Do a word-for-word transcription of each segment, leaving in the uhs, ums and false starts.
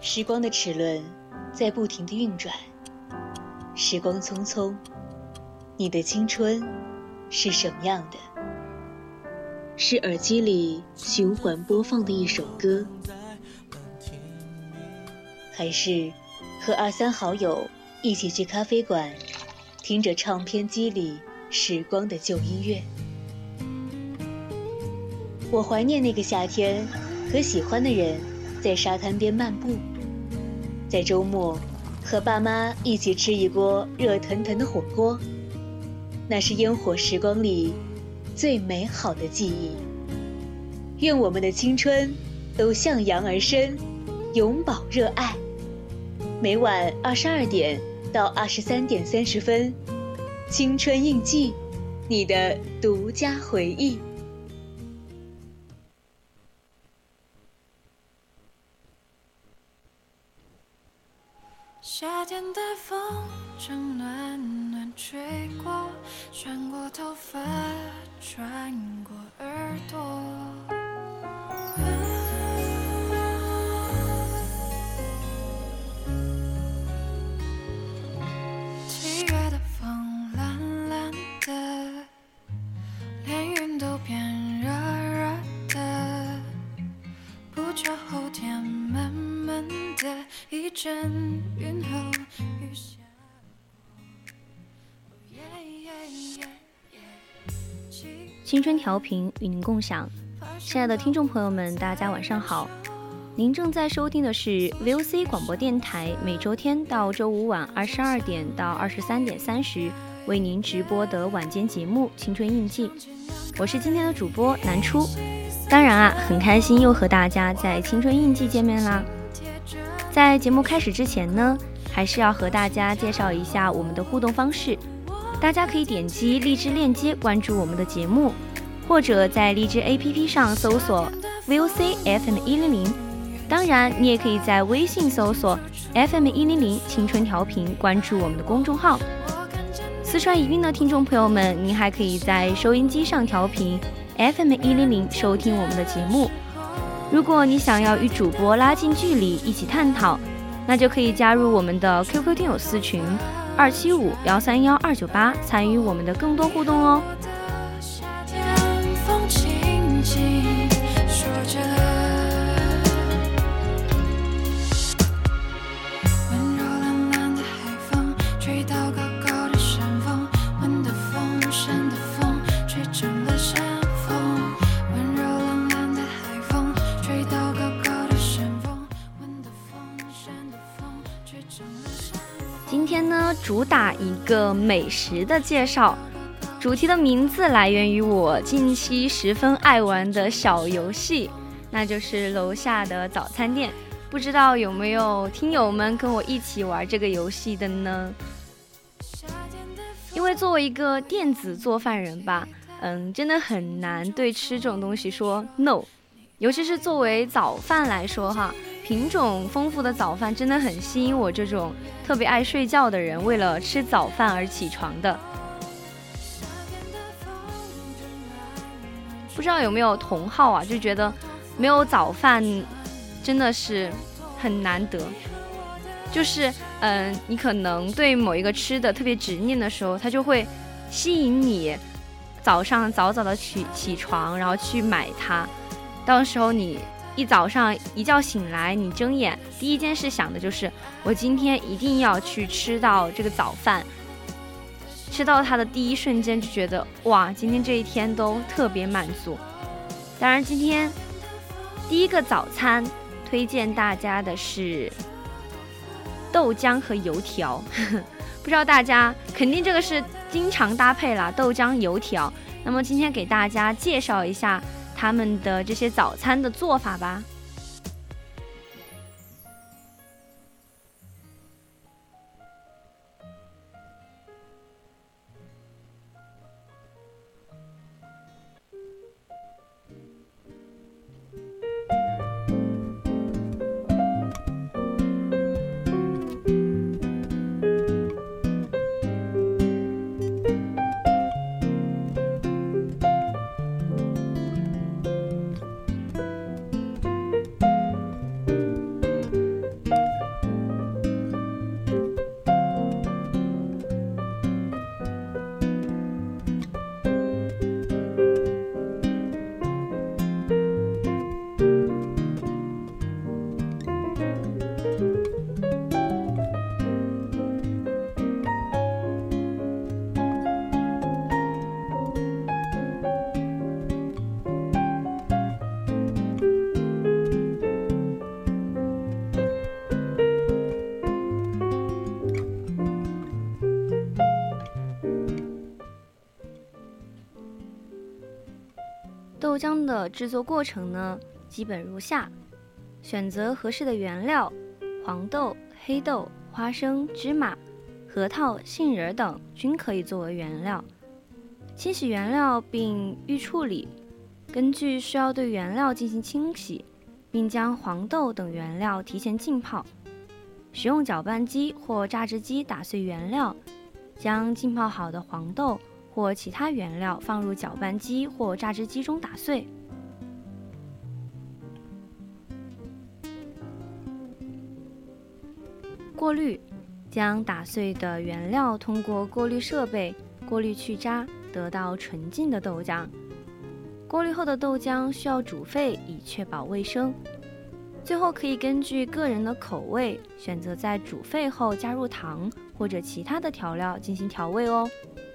时光的齿轮在不停地运转，时光匆匆，你的青春是什么样的？是耳机里循环播放的一首歌，还是和二三好友一起去咖啡馆，听着唱片机里时光的旧音乐？我怀念那个夏天，和喜欢的人在沙滩边漫步，在周末和爸妈一起吃一锅热腾腾的火锅，那是烟火时光里最美好的记忆。愿我们的青春都向阳而生，永葆热爱。每晚二十二点到二十三点三十分，青春印记，你的独家回忆。 夏天的风正暖暖吹过，穿过头发，穿过耳朵。七月的风蓝蓝的，连云都变热热的，不久后天闷闷的，一阵云后雨下。 青春调频与您共享，亲爱的听众朋友们，大家晚上好。您正在收听的是 V O C 广播电台，每周天到周五晚二十二点到二十三点三十为您直播的晚间节目《青春印记》，我是今天的主播南初。当然啊，很开心又和大家在《青春印记》见面啦。在节目开始之前呢，还是要和大家介绍一下我们的互动方式。大家可以点击荔枝链接关注我们的节目，或者在荔枝 A P P 上搜索 V O C F M 一零零。当然，你也可以在微信搜索 F M 一零零青春调频，关注我们的公众号。四川宜宾的听众朋友们，您还可以在收音机上调频 F M 一零零收听我们的节目。如果你想要与主播拉近距离，一起探讨，那就可以加入我们的 Q Q 听友私群二七五幺三幺二九八，参与我们的更多互动哦。今天呢，主打一个美食的介绍，主题的名字来源于我近期十分爱玩的小游戏，那就是楼下的早餐店。不知道有没有听友们跟我一起玩这个游戏的呢？因为作为一个电子做饭人吧，嗯，真的很难对吃这种东西说 no， 尤其是作为早饭来说哈。品种丰富的早饭真的很吸引我这种特别爱睡觉的人，为了吃早饭而起床的。不知道有没有同好啊，就觉得没有早饭真的是很难得。就是嗯，你可能对某一个吃的特别执念的时候，它就会吸引你早上早早的起起床，然后去买它。到时候你一早上一觉醒来，你睁眼第一件事想的就是我今天一定要去吃到这个早饭。吃到它的第一瞬间就觉得哇，今天这一天都特别满足。当然今天第一个早餐推荐大家的是豆浆和油条不知道大家肯定这个是经常搭配啦，豆浆油条。那么今天给大家介绍一下他们的这些早餐的做法吧。 浆的制作过程呢，基本如下：选择合适的原料，黄豆、黑豆、花生、芝麻、核桃、杏仁等均可以作为原料。清洗原料并预处理，根据需要对原料进行清洗，并将黄豆等原料提前浸泡。使用搅拌机或榨汁机打碎原料，将浸泡好的黄豆或其他原料放入搅拌机或榨汁机中打碎。过滤，将打碎的原料通过过滤设备过滤去渣，得到纯净的豆浆。过滤后的豆浆需要煮沸以确保卫生。最后可以根据个人的口味选择在煮沸后加入糖或者其他的调料进行调味哦。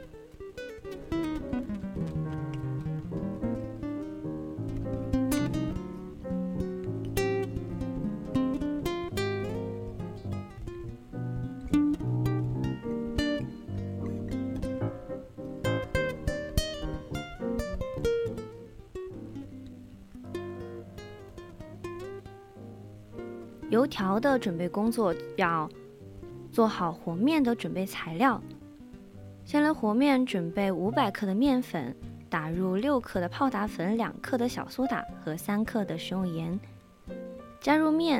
油条的准备工作要做好和面的准备材料。先来和面，准备五百克的面粉，打入六克的泡打粉、两克的小苏打和三克的食用盐，加入面，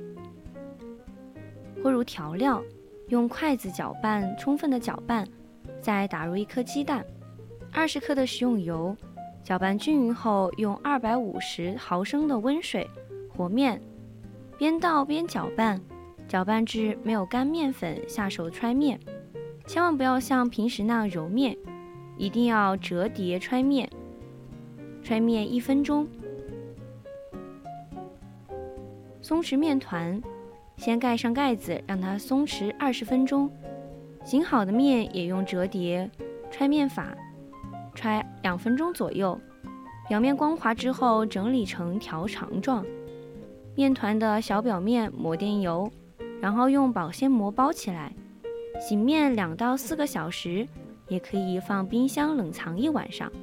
和入调料，用筷子搅拌，充分的搅拌，再打入一颗鸡蛋，二十克的食用油，搅拌均匀后，用二百五十毫升的温水和面。边倒边搅拌，搅拌至没有干面粉下手揣面，千万不要像平时那样揉面，一定要折叠揣面，揣面一分钟。松弛面团，先盖上盖子，让它松弛二十分钟。醒好的面也用折叠揣面法，揣两分钟左右，表面光滑之后整理成条肠状。面团的小表面抹点油，然后用保鲜膜包起来。醒面两到四个小时，也可以放冰箱冷藏一晚上。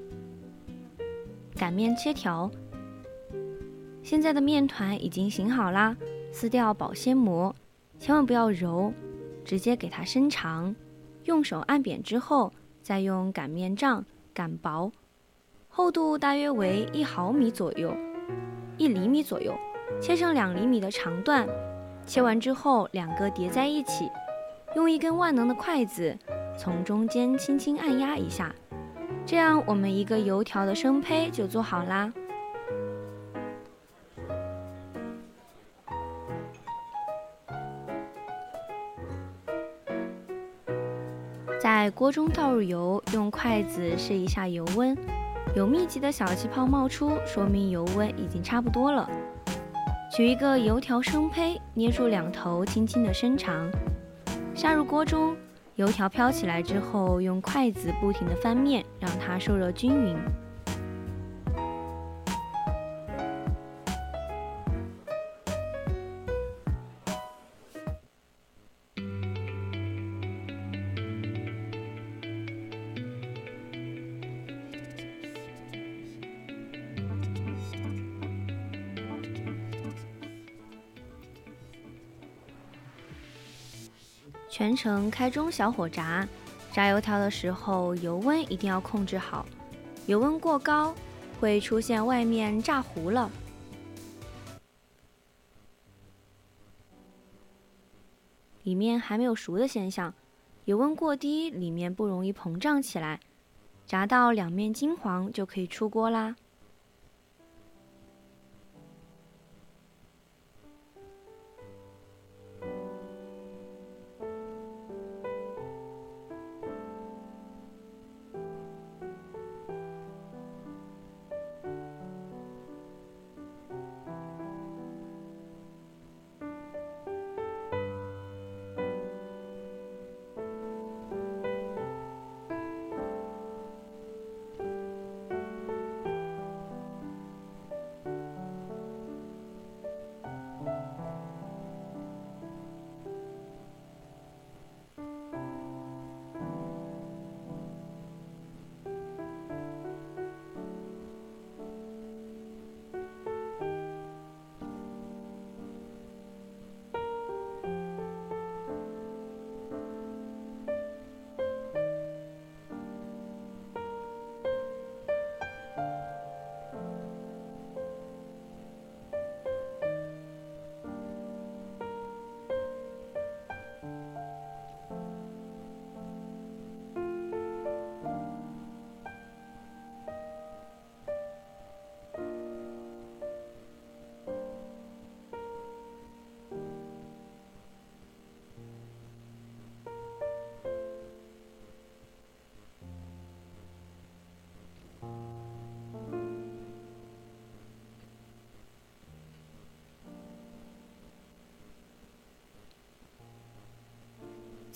擀面切条，现在的面团已经醒好啦，撕掉保鲜膜，千万不要揉，直接给它伸长，用手按扁之后，再用擀面杖擀薄，厚度大约为一毫米左右，一厘米左右。切成两厘米的长段，切完之后两个叠在一起，用一根万能的筷子从中间轻轻按压一下，这样我们一个油条的生胚就做好啦。在锅中倒入油，用筷子试一下油温，有密集的小气泡冒出，说明油温已经差不多了。取一个油条生胚，捏住两头，轻轻的伸长，下入锅中。油条飘起来之后，用筷子不停的翻面，让它受热均匀。全程开中小火炸，炸油条的时候油温一定要控制好，油温过高会出现外面炸糊了。里面还没有熟的现象，油温过低，里面不容易膨胀起来，炸到两面金黄就可以出锅啦。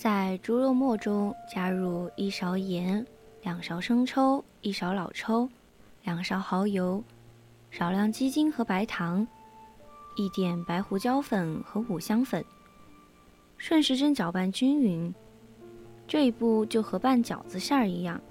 在猪肉末中加入一勺盐、两勺生抽、一勺老抽、两勺蚝油、少量鸡精和白糖，一点白胡椒粉和五香粉，顺时针搅拌均匀。这一步就和拌饺子馅儿一样。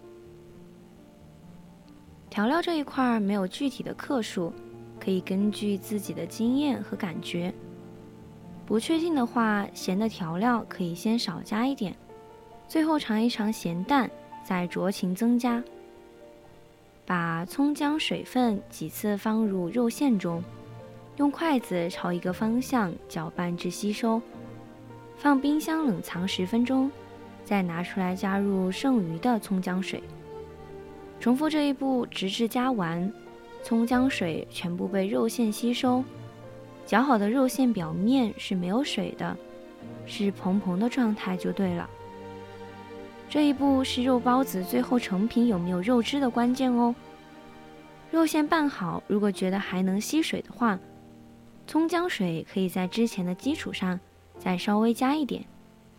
调料这一块没有具体的克数，可以根据自己的经验和感觉。不确定的话，咸的调料可以先少加一点，最后尝一尝咸淡，再酌情增加。把葱姜水分几次放入肉馅中，用筷子朝一个方向搅拌至吸收，放冰箱冷藏十分钟，再拿出来加入剩余的葱姜水。重复这一步直至加完，葱姜水全部被肉馅吸收。搅好的肉馅表面是没有水的，是蓬蓬的状态就对了。这一步是肉包子最后成品有没有肉汁的关键哦。肉馅拌好，如果觉得还能吸水的话，葱姜水可以在之前的基础上再稍微加一点。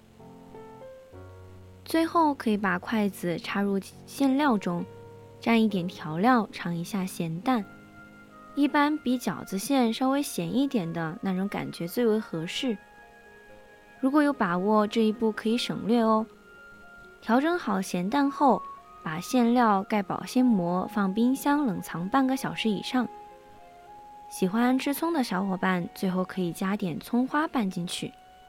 最后可以把筷子插入馅料中，蘸一点调料尝一下咸淡。一般比饺子馅稍微咸一点的那种感觉最为合适。如果有把握，这一步可以省略哦。调整好咸淡后，把馅料盖保鲜膜，放冰箱冷藏半个小时以上。喜欢吃葱的小伙伴，最后可以加点葱花拌进去。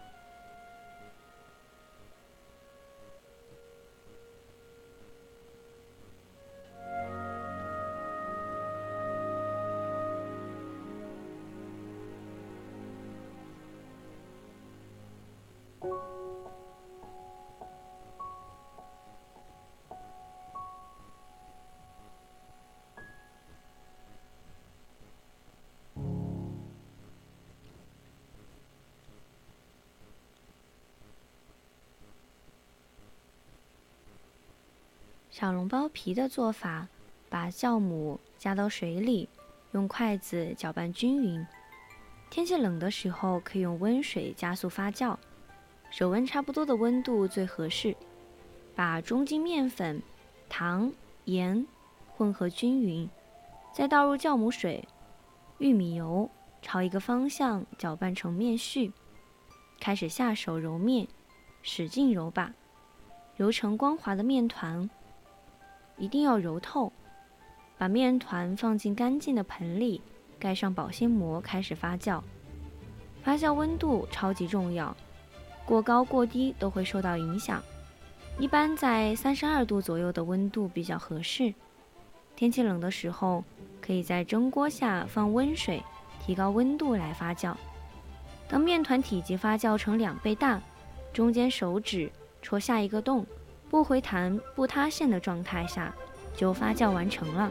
小笼包皮的做法，把酵母加到水里，用筷子搅拌均匀。天气冷的时候可以用温水加速发酵，手温差不多的温度最合适。把中筋面粉、糖、盐混合均匀，再倒入酵母水、玉米油，朝一个方向搅拌成面絮。开始下手揉面，使劲揉吧，揉成光滑的面团。一定要揉透，把面团放进干净的盆里，盖上保鲜膜，开始发酵。发酵温度超级重要，过高过低都会受到影响。一般在三十二度左右的温度比较合适。天气冷的时候，可以在蒸锅下放温水，提高温度来发酵。当面团体积发酵成两倍大，中间手指戳下一个洞，不回弹不塌陷的状态下，就发酵完成了。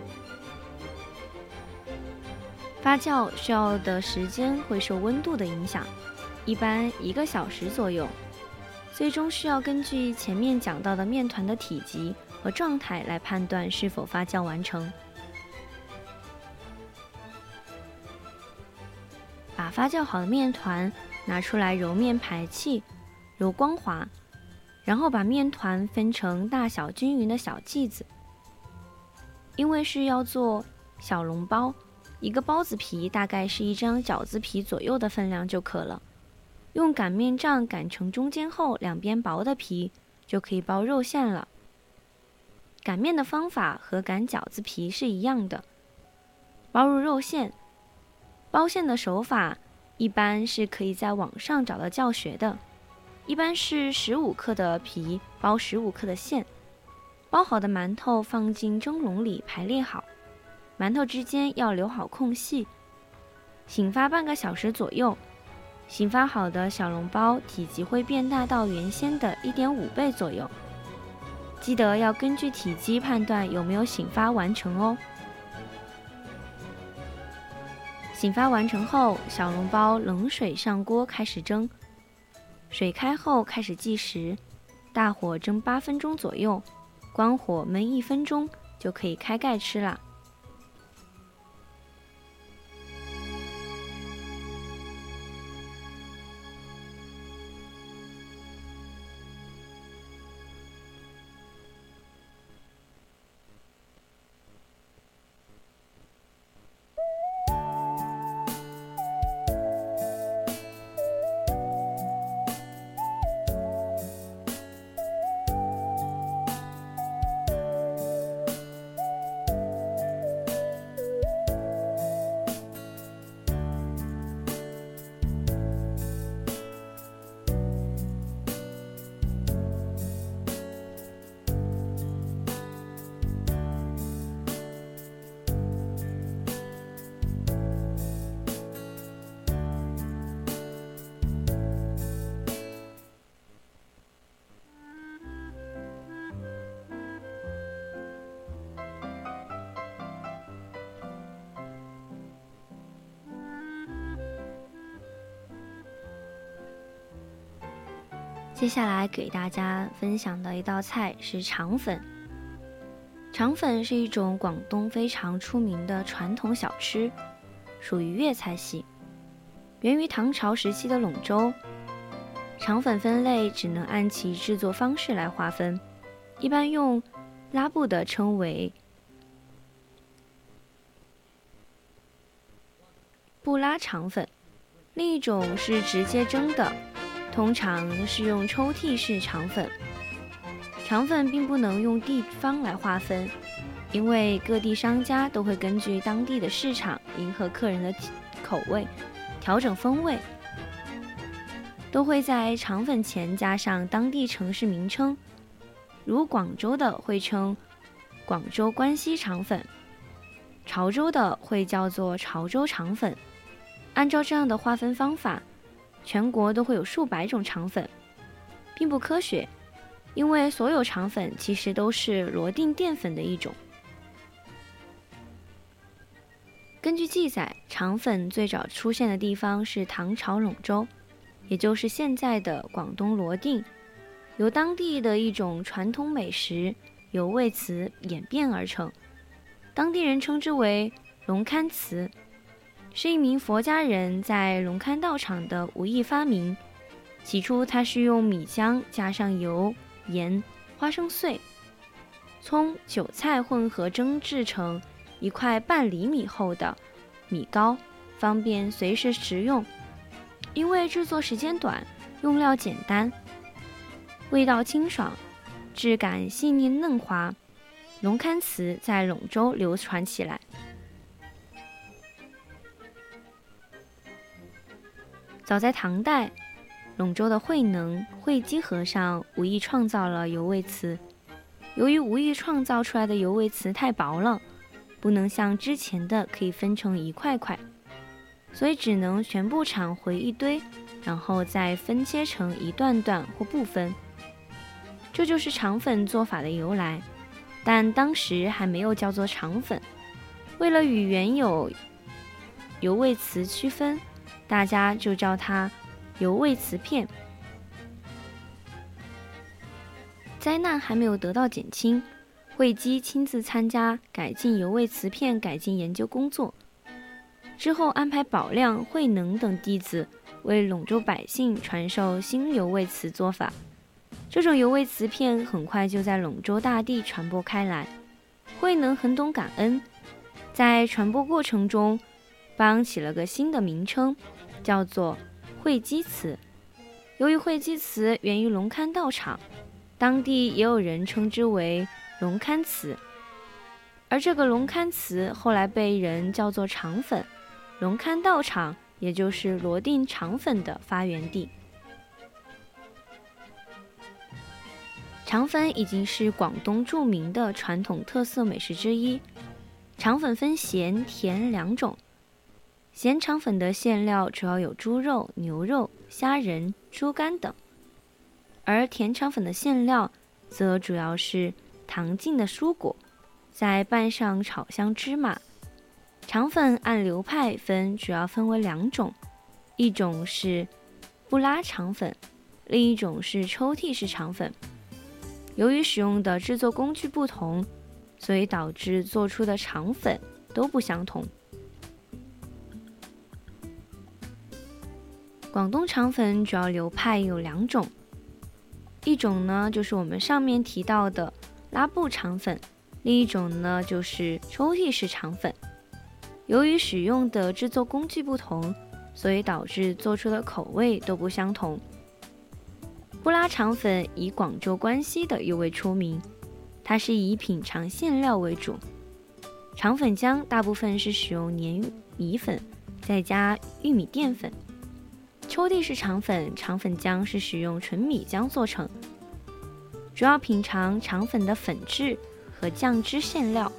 发酵需要的时间会受温度的影响，一般一个小时左右。最终需要根据前面讲到的面团的体积和状态来判断是否发酵完成。把发酵好的面团拿出来揉面排气，揉光滑。然后把面团分成大小均匀的小剂子。因为是要做小笼包，一个包子皮大概是一张饺子皮左右的分量就可了。用擀面杖擀成中间厚、两边薄的皮，就可以包肉馅了。擀面的方法和擀饺子皮是一样的，包入肉馅。包馅的手法一般是可以在网上找到教学的。一般是十五克的皮包十五克的馅，包好的馒头放进蒸笼里排列好，馒头之间要留好空隙。醒发半个小时左右，醒发好的小笼包体积会变大到原先的 一点五倍左右。记得要根据体积判断有没有醒发完成哦。醒发完成后，小笼包冷水上锅开始蒸。水开后开始计时，大火蒸八分钟左右，关火焖一分钟就可以开盖吃了。 接下来给大家分享的一道菜是肠粉。肠粉是一种广东非常出名的传统小吃，属于粤菜系，源于唐朝时期的陇州。肠粉分类只能按其制作方式来划分，一般用拉布的称为布拉肠粉，另一种是直接蒸的，通常是用抽屉式肠粉。肠粉并不能用地方来划分，因为各地商家都会根据当地的市场迎合客人的口味，调整风味，都会在肠粉前加上当地城市名称，如广州的会称广州关西肠粉，潮州的会叫做潮州肠粉。按照这样的划分方法，全国都会有数百种肠粉，并不科学，因为所有肠粉其实都是螺锭淀粉的一种。根据记载，肠粉最早出现的地方是唐朝陇州，也就是现在的广东罗定，由当地的一种传统美食油味糍演变而成，当地人称之为龙龛糍，是一名佛家人在龙龛道场的无意发明。起初他是用米浆加上油、盐、花生碎、葱、韭菜混合蒸制成一块半厘米厚的米糕，方便随时食用。因为制作时间短，用料简单，味道清爽，质感细腻嫩滑，龙龛糍在陇州流传起来。早在唐代，陇州的慧能、慧基和尚无意创造了油味糍。由于无意创造出来的油味糍太薄了，不能像之前的可以分成一块块，所以只能全部铲回一堆，然后再分切成一段段或部分。这就是肠粉做法的由来，但当时还没有叫做肠粉。为了与原有油味糍区分，大家就叫它油味糍片。灾难还没有得到减轻，慧基亲自参加改进油味糍片改进研究工作，之后安排宝亮、慧能等弟子为陇州百姓传授新油味糍做法。这种油味糍片很快就在陇州大地传播开来。慧能很懂感恩，在传播过程中帮起了个新的名称，叫做慧基糍。由于慧基糍源于龙龛道场，当地也有人称之为龙龛糍，而这个龙龛糍后来被人叫做肠粉，龙龛道场也就是罗定肠粉的发源地。肠粉已经是广东著名的传统特色美食之一。肠粉分咸、甜两种。咸肠粉的馅料主要有猪肉、牛肉、虾仁、猪肝等，而甜肠粉的馅料则主要是糖浸的蔬果，再拌上炒香芝麻。肠粉按流派分，主要分为两种，一种是布拉肠粉，另一种是抽屉式肠粉。由于使用的制作工具不同，所以导致做出的肠粉都不相同。广东肠粉主要流派有两种，一种呢就是我们上面提到的拉布肠粉，另一种呢就是抽屉式肠粉。由于使用的制作工具不同，所以导致做出的口味都不相同。布拉肠粉以广州关西的油味出名，它是以品尝馅料为主，肠粉浆大部分是使用黏米粉，再加玉米淀粉。抽屉式肠粉，肠粉浆是使用纯米浆做成，主要品尝肠粉的粉质和酱汁馅料。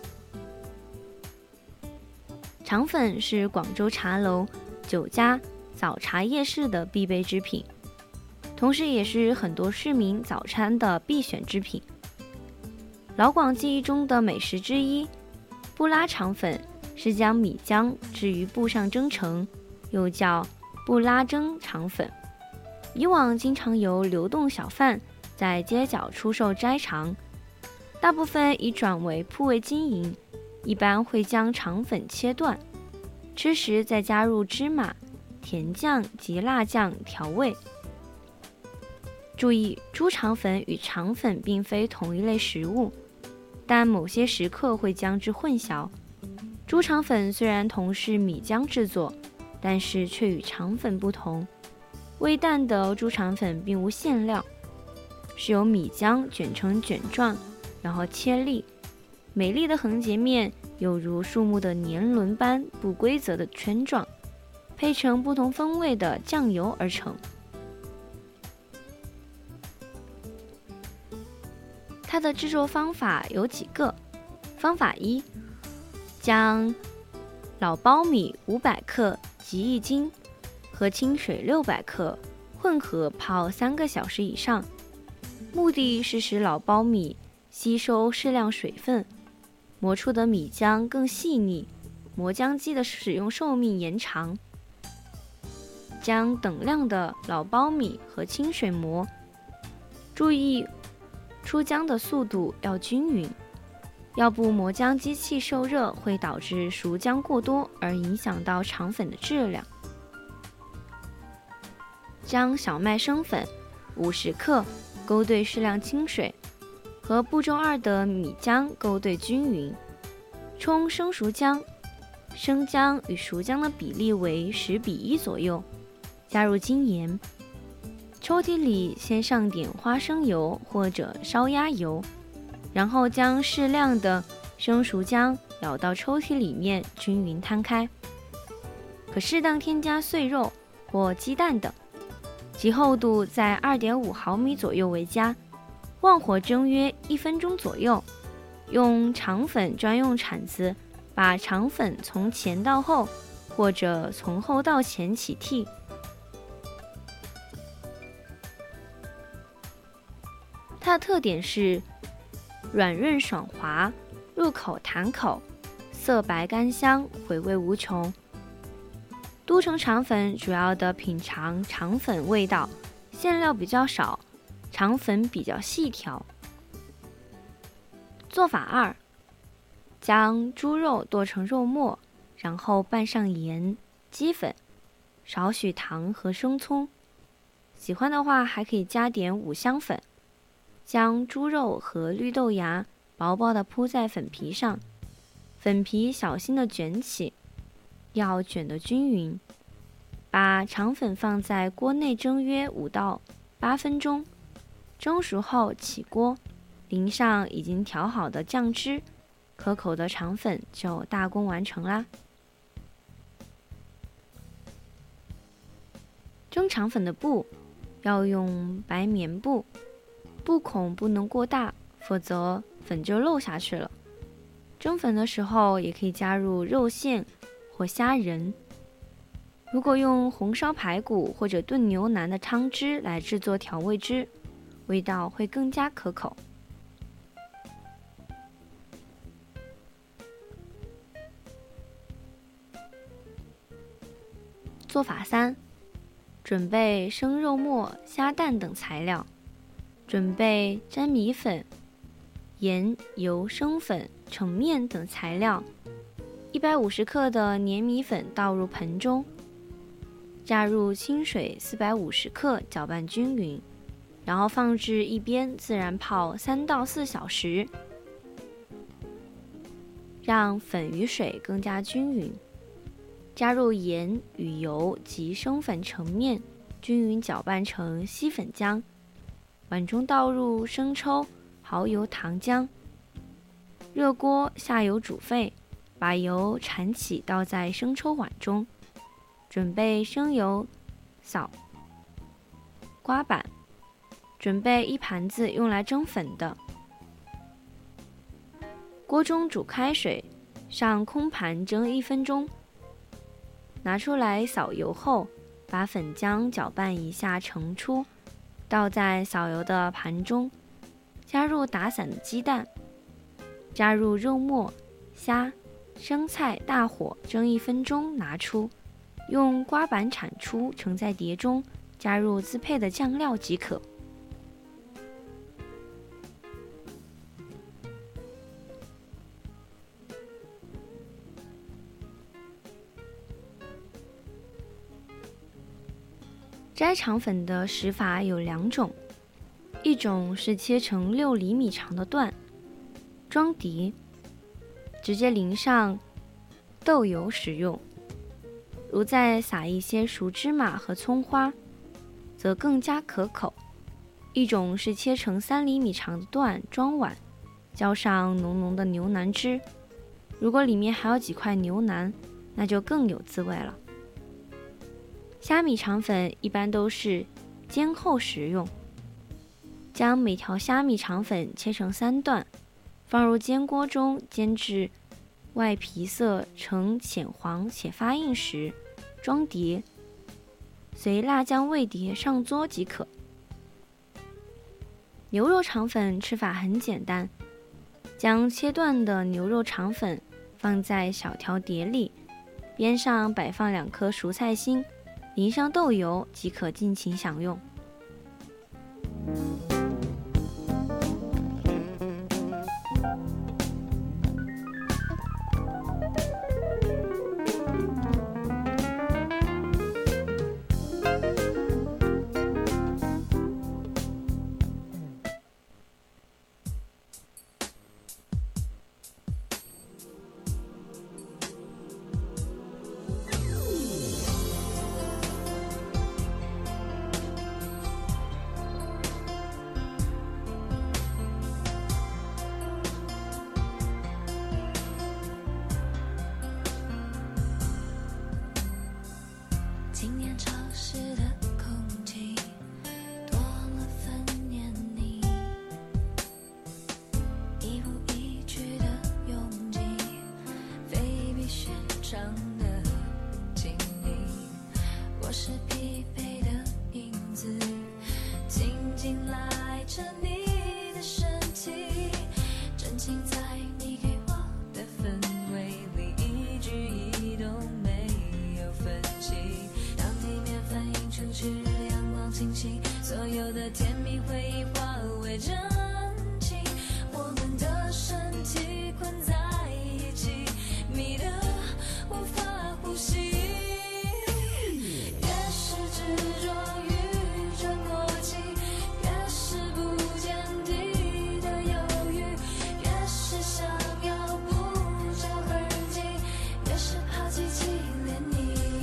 肠粉是广州茶楼、酒家、早茶夜市的必备之品，同时也是很多市民早餐的必选之品。老广记忆中的美食之一，布拉肠粉是将米浆置于布上蒸成，又叫布拉蒸肠粉。 以往经常由流动小贩在街角出售斋肠，大部分已转为铺位经营，一般会将肠粉切断，吃时再加入芝麻、甜酱及辣酱调味。注意，猪肠粉与肠粉并非同一类食物，但某些食客会将之混淆。猪肠粉虽然同是米浆制作，但是却与肠粉不同。微淡的猪肠粉并无馅料，是由米浆卷成卷状，然后切粒，美丽的横截面有如树木的年轮般不规则的圈状，配成不同风味的酱油而成。它的制作方法有几个。方法一，将老苞米五百克及一斤和清水六百克混合泡三个小时以上，目的是使老苞米吸收适量水分，磨出的米浆更细腻，磨浆机的使用寿命延长。将等量的老苞米和清水磨，注意出浆的速度要均匀，要不磨浆机器受热会导致熟浆过多而影响到肠粉的质量。将小麦生粉五十克勾兑适量清水，和步骤二的米浆勾兑均匀，冲生熟浆，生姜与熟姜的比例为十比一左右，加入精盐。抽屉里先上点花生油或者烧鸭油，然后将适量的生熟姜舀到抽屉里面均匀摊开，可适当添加碎肉或鸡蛋等，其厚度在 二点五毫米左右为佳，旺火蒸约一分钟左右。用肠粉专用铲子把肠粉从前到后或者从后到前起屉。它的特点是软润爽滑，入口弹口，色白甘香，回味无穷。都城肠粉主要的品尝肠粉味道，馅料比较少，肠粉比较细条。做法二，将猪肉剁成肉末，然后拌上盐、鸡粉、少许糖和生葱，喜欢的话还可以加点五香粉。将猪肉和绿豆芽薄薄地铺在粉皮上，粉皮小心地卷起，要卷得均匀。把肠粉放在锅内蒸约五到八分钟，蒸熟后起锅，淋上已经调好的酱汁，可口的肠粉就大功完成啦。蒸肠粉的布要用白棉布，布孔不能过大，否则粉就漏下去了。蒸粉的时候也可以加入肉馅或虾仁。如果用红烧排骨或者炖牛腩的汤汁来制作调味汁，味道会更加可口。做法三，准备生肉末、虾蛋等材料。准备粘米粉、盐、油、生粉、澄面等材料。一百五十克的粘米粉倒入盆中，加入清水四百五十克，搅拌均匀，然后放置一边自然泡三到四小时，让粉与水更加均匀。加入盐与油及生粉澄面，均匀搅拌成稀粉浆。碗中倒入生抽、蚝油、糖浆。热锅下油煮沸，把油铲起倒在生抽碗中。准备生油、扫、刮板。准备一盘子用来蒸粉的。锅中煮开水，上空盘蒸一分钟。拿出来扫油后，把粉浆搅拌一下盛出。倒在扫油的盘中，加入打散的鸡蛋，加入肉末、虾、生菜，大火蒸一分钟，拿出，用刮板铲出，盛在碟中， 加入自配的酱料即可。摘肠粉的食法有两种，一种是切成六厘米长的段，装碟，直接淋上豆油食用，如再撒一些熟芝麻和葱花，则更加可口。一种是切成三厘米长的段，装碗，浇上浓浓的牛腩汁，如果里面还有几块牛腩，那就更有滋味了。虾米肠粉一般都是煎后食用，将每条虾米肠粉切成三段，放入煎锅中煎至外皮色呈浅黄且发硬时，装碟，随辣酱味碟上桌即可。牛肉肠粉吃法很简单，将切断的牛肉肠粉放在小条碟里，边上摆放两颗蔬菜心，淋上豆油即可尽情享用。 今年潮湿的空气多了份黏腻，一步一句的拥挤，非比寻常的亲密。我是疲惫的影子，静静赖着你的身体，沉浸在你给我的氛围里，一举一动没有分歧。出去的阳光清晰，所有的甜蜜回忆化为真情，我们的身体困在一起，密得无法呼吸。越是执着于这默契，越是不坚定的犹豫，越是想要不着痕迹，越是怕激起涟漪。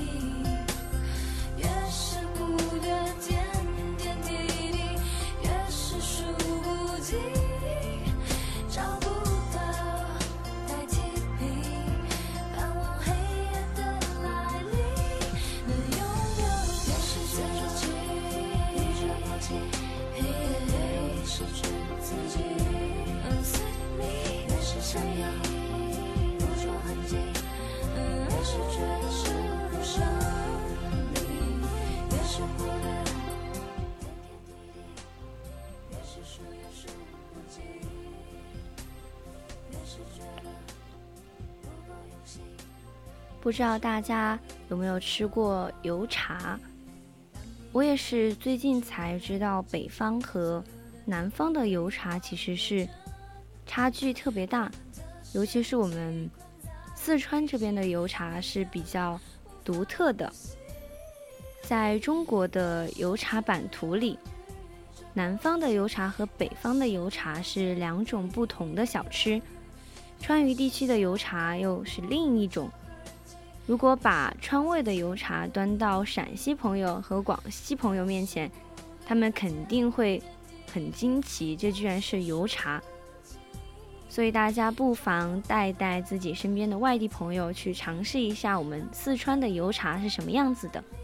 不知道大家有没有吃过油茶？我也是最近才知道，北方和南方的油茶其实是差距特别大，尤其是我们四川这边的油茶是比较独特的。在中国的油茶版图里，南方的油茶和北方的油茶是两种不同的小吃，川渝地区的油茶又是另一种。如果把川味的油茶端到陕西朋友和广西朋友面前，他们肯定会很惊奇，这居然是油茶。所以大家不妨带带自己身边的外地朋友去尝试一下我们四川的油茶是什么样子的。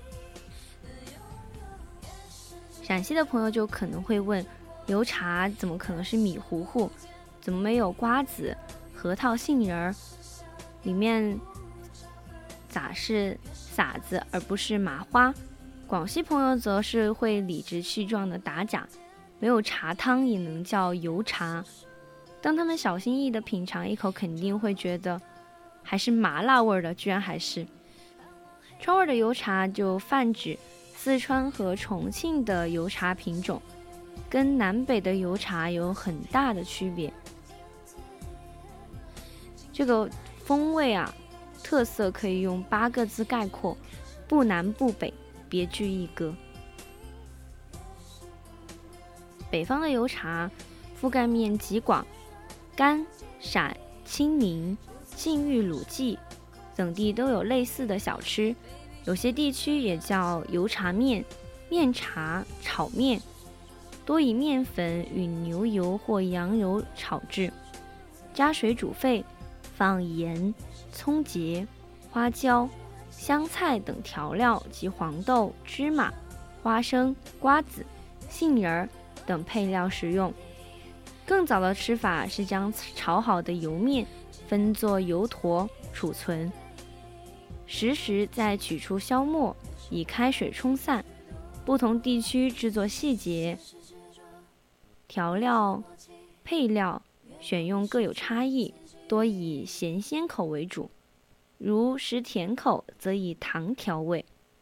陕西的朋友就可能会问，油茶怎么可能是米糊糊？怎么没有瓜子、核桃、杏仁？里面咋是撒子而不是麻花？广西朋友则是会理直气壮的打假，没有茶汤也能叫油茶。当他们小心翼翼的品尝一口，肯定会觉得还是麻辣味的，居然还是川味的油茶就泛指四四川和重庆的油茶品种跟南北的油茶有很大的区别。这个风味啊，特色可以用八个字概括：不南不北，别具一格。北方的油茶覆盖面极广，甘、陕、青宁、晋豫、鲁冀等地都有类似的小吃，有些地区也叫油茶面、面茶、炒面，多以面粉与牛油或羊油炒制，加水煮沸，放盐、葱节、花椒、香菜等调料及黄豆、芝麻、花生、瓜子、杏仁等配料食用。更早的吃法是将炒好的油面分作油坨储存，时时再取出消沫，以开水冲散。不同地区制作细节、调料、配料选用各有差异，多以咸鲜口为主，如食甜口则以糖调味。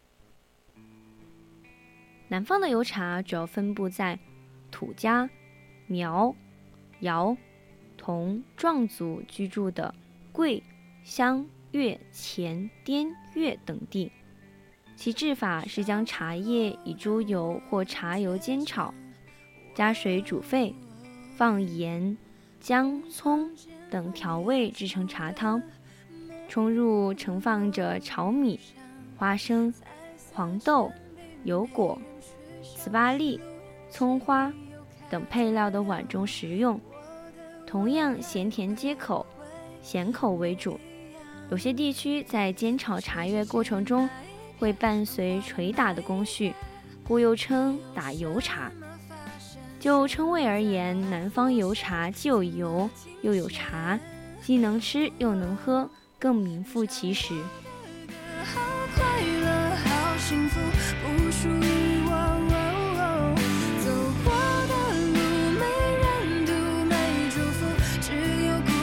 南方的油茶主要分布在土家、苗、瑶、侗、壮族居住的贵、湘、粤、黔、滇粤等地，其制法是将茶叶以猪油或茶油煎炒，加水煮沸，放盐、姜、葱等调味制成茶汤，冲入盛放着炒米、花生、黄豆、油果、糍粑粒、葱花等配料的碗中食用。同样咸甜皆口，咸口为主。有些地区在煎炒茶叶过程中会伴随捶打的工序，故又称打油茶。就称谓而言，南方油茶既有油又有茶，既能吃又能喝，更名副其实。 好快乐，好幸福，不属于我。走过的路，没人读，没祝福，只有孤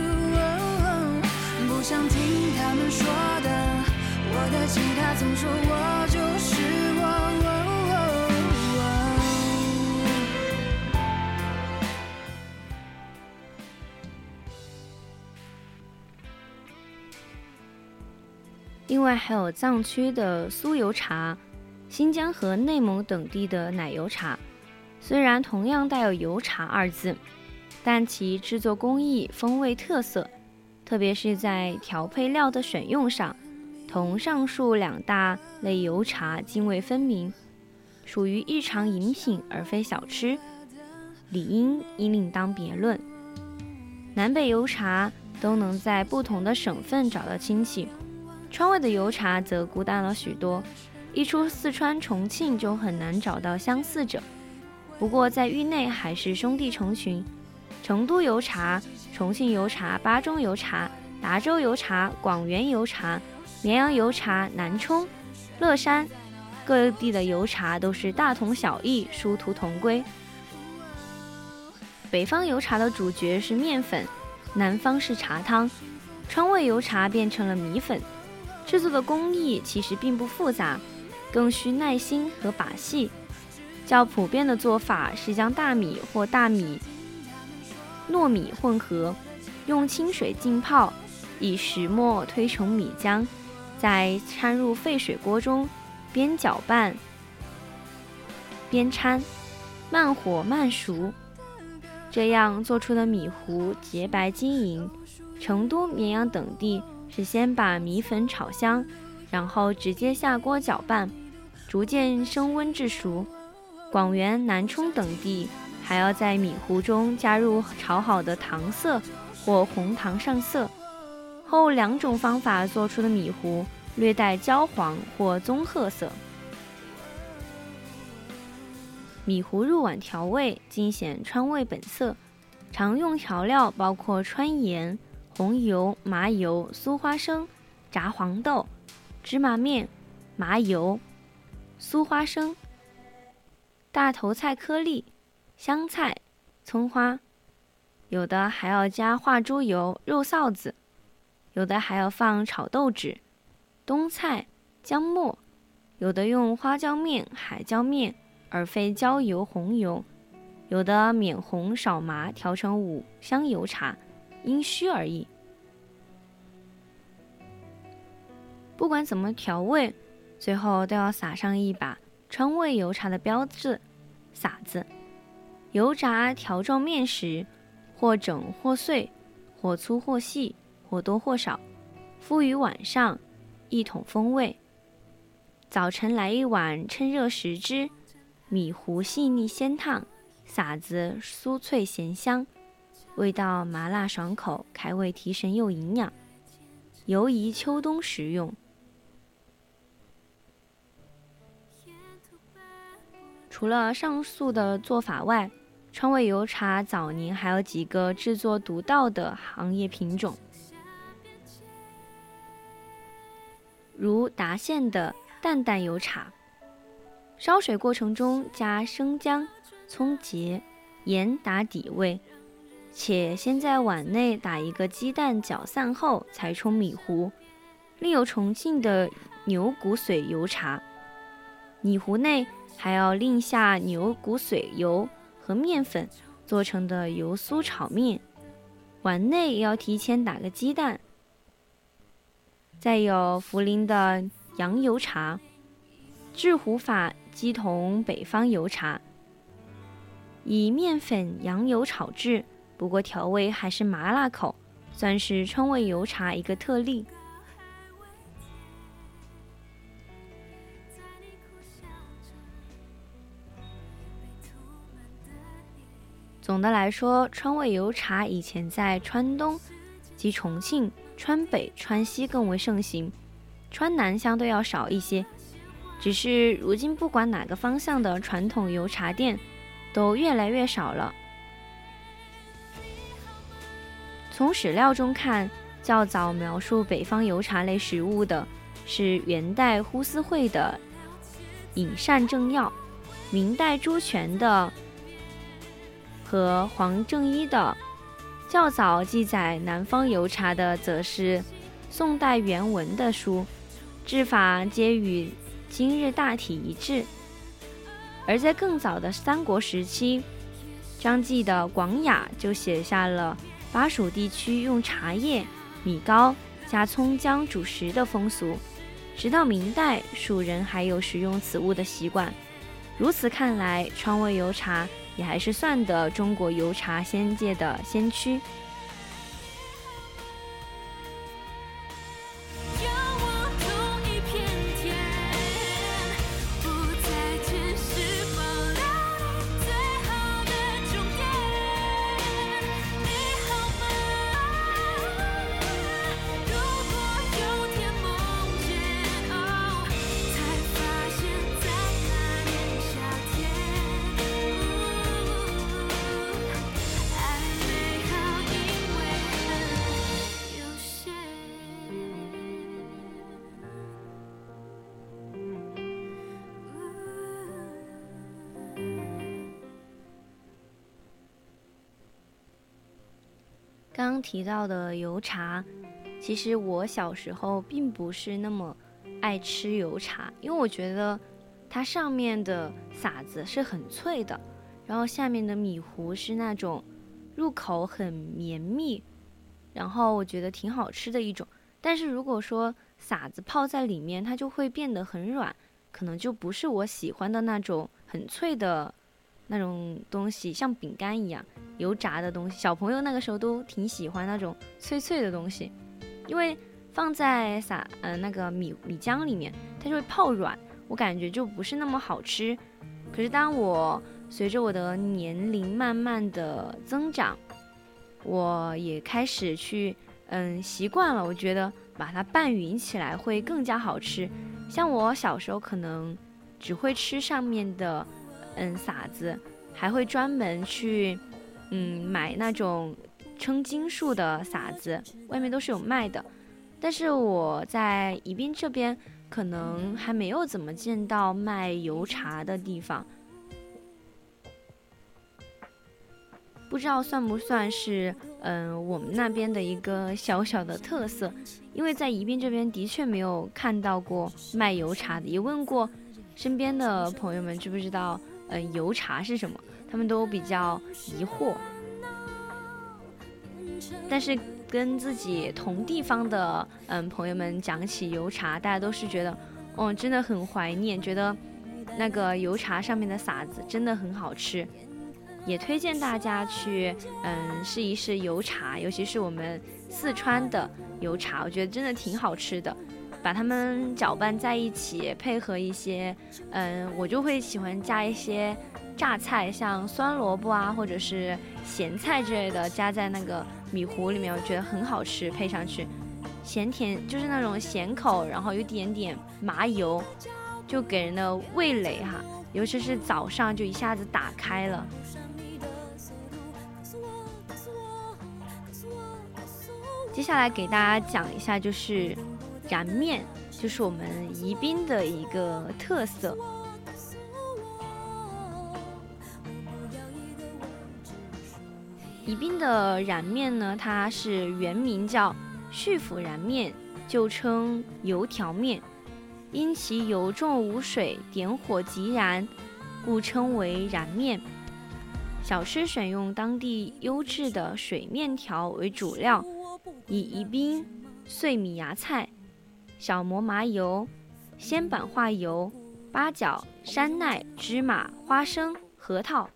独。不想听他们说的，我的吉他总说我就是我。 另外还有藏区的酥油茶，新疆和内蒙等地的奶油茶，虽然同样带有油茶二字，但其制作工艺、风味特色，特别是在调配料的选用上，同上述两大类油茶泾渭分明，属于日常饮品而非小吃，理应应另当别论。南北油茶都能在不同的省份找到亲戚，川味的油茶则孤单了许多，一出四川重庆就很难找到相似者。不过在域内还是兄弟成群，成都油茶、重庆油茶、巴中油茶、达州油茶、广元油茶、绵阳油茶、南充、乐山各地的油茶都是大同小异，殊途同归。北方油茶的主角是面粉，南方是茶汤，川味油茶变成了米粉。制作的工艺其实并不复杂，更需耐心和把戏。较普遍的做法是将大米或大米、糯米混合，用清水浸泡，以石磨推成米浆，再掺入沸水锅中，边搅拌边掺，慢火慢熟。这样做出的米糊洁白晶莹。成都、绵阳等地是先把米粉炒香，然后直接下锅搅拌，逐渐升温至熟。广元、南充等地还要在米糊中加入炒好的糖色或红糖上色，后两种方法做出的米糊略带焦黄或棕褐色。米糊入碗调味，尽显川味本色。常用调料包括川盐、红油、麻油、酥花生、炸黄豆、芝麻面、麻油、酥花生、大头菜颗粒、香菜、葱花，有的还要加化猪油、肉臊子，有的还要放炒豆豉、冬菜、姜末， 有的用花椒面、海椒面，而非焦油、红油；有的免红少麻调成五香油茶，因需而异。不管怎么调味，最后都要撒上一把川味油茶的标志撒子。油炸条状面时，或整或碎，或粗或细，或多或少，敷于碗上，一统风味。早晨来一碗趁热食之，米糊细腻鲜烫，撒子酥脆咸香，味道麻辣爽口，开胃提神又营养，尤宜秋冬食用。除了上述的做法外，川味油茶早年还有几个制作独到的行业品种，如达县的淡淡油茶，烧水过程中加生姜、葱节、盐打底味，且先在碗内打一个鸡蛋搅散后才冲米糊。另有重庆的牛骨髓油茶，米糊内还要另下牛骨髓油和面粉做成的油酥炒面，碗内也要提前打个鸡蛋。再有涪陵的羊油茶，制糊法鸡同北方油茶，以面粉、羊油炒制，不过调味还是麻辣口，算是川味油茶一个特例。总的来说，川味油茶以前在川东及重庆、川北、川西更为盛行，川南相对要少一些。只是如今不管哪个方向的传统油茶店都越来越少了。从史料中看，较早描述北方油茶类食物的是元代呼思慧的《饮膳正要》，明代朱全的和黄正一的。较早记载南方油茶的则是宋代元文的书，制法皆与今日大体一致。而在更早的三国时期，张继的《广雅》就写下了巴蜀地区用茶叶、米糕加葱姜煮食的风俗，直到明代，蜀人还有食用此物的习惯。如此看来，川味油茶也还是算得中国油茶仙界的先驱。刚刚提到的油茶，其实我小时候并不是那么爱吃油茶，因为我觉得它上面的撒子是很脆的，然后下面的米糊是那种入口很绵密，然后我觉得挺好吃的一种。但是如果说撒子泡在里面，它就会变得很软，可能就不是我喜欢的那种很脆的那种东西，像饼干一样油炸的东西。小朋友那个时候都挺喜欢那种脆脆的东西，因为放在撒呃那个米米浆里面，它就会泡软，我感觉就不是那么好吃。可是当我随着我的年龄慢慢的增长，我也开始去嗯习惯了，我觉得把它拌匀起来会更加好吃。像我小时候可能只会吃上面的嗯撒子，还会专门去嗯买那种称斤数的撒子，外面都是有卖的。但是我在宜宾这边可能还没有怎么见到卖油茶的地方。不不知道算不算是嗯、呃、我们那边的一个小小的特色，因为在宜宾这边的确没有看到过卖油茶的，也问过身边的朋友们知不知道嗯、呃、油茶是什么，他们都比较疑惑。但是跟自己同地方的嗯朋友们讲起油茶，大家都是觉得哦真的很怀念，觉得那个油茶上面的撒子真的很好吃，也推荐大家去嗯试一试油茶，尤其是我们四川的油茶，我觉得真的挺好吃的。把它们搅拌在一起，配合一些嗯我就会喜欢加一些榨菜，像酸萝卜啊或者是咸菜之类的，加在那个米糊里面，我觉得很好吃，配上去咸甜，就是那种咸口，然后有点点麻油，就给人的味蕾哈，尤其是早上就一下子打开了。接下来给大家讲一下就是燃面，就是我们宜宾的一个特色。宜宾的燃面呢，它是原名叫旭府燃面，旧称油条面，因其油重无水，点火即燃，故称为燃面。小吃选用当地优质的水面条为主料，以宜宾碎米芽菜、小磨麻油、鲜板化油、八角、山奈、芝麻、花生、核桃。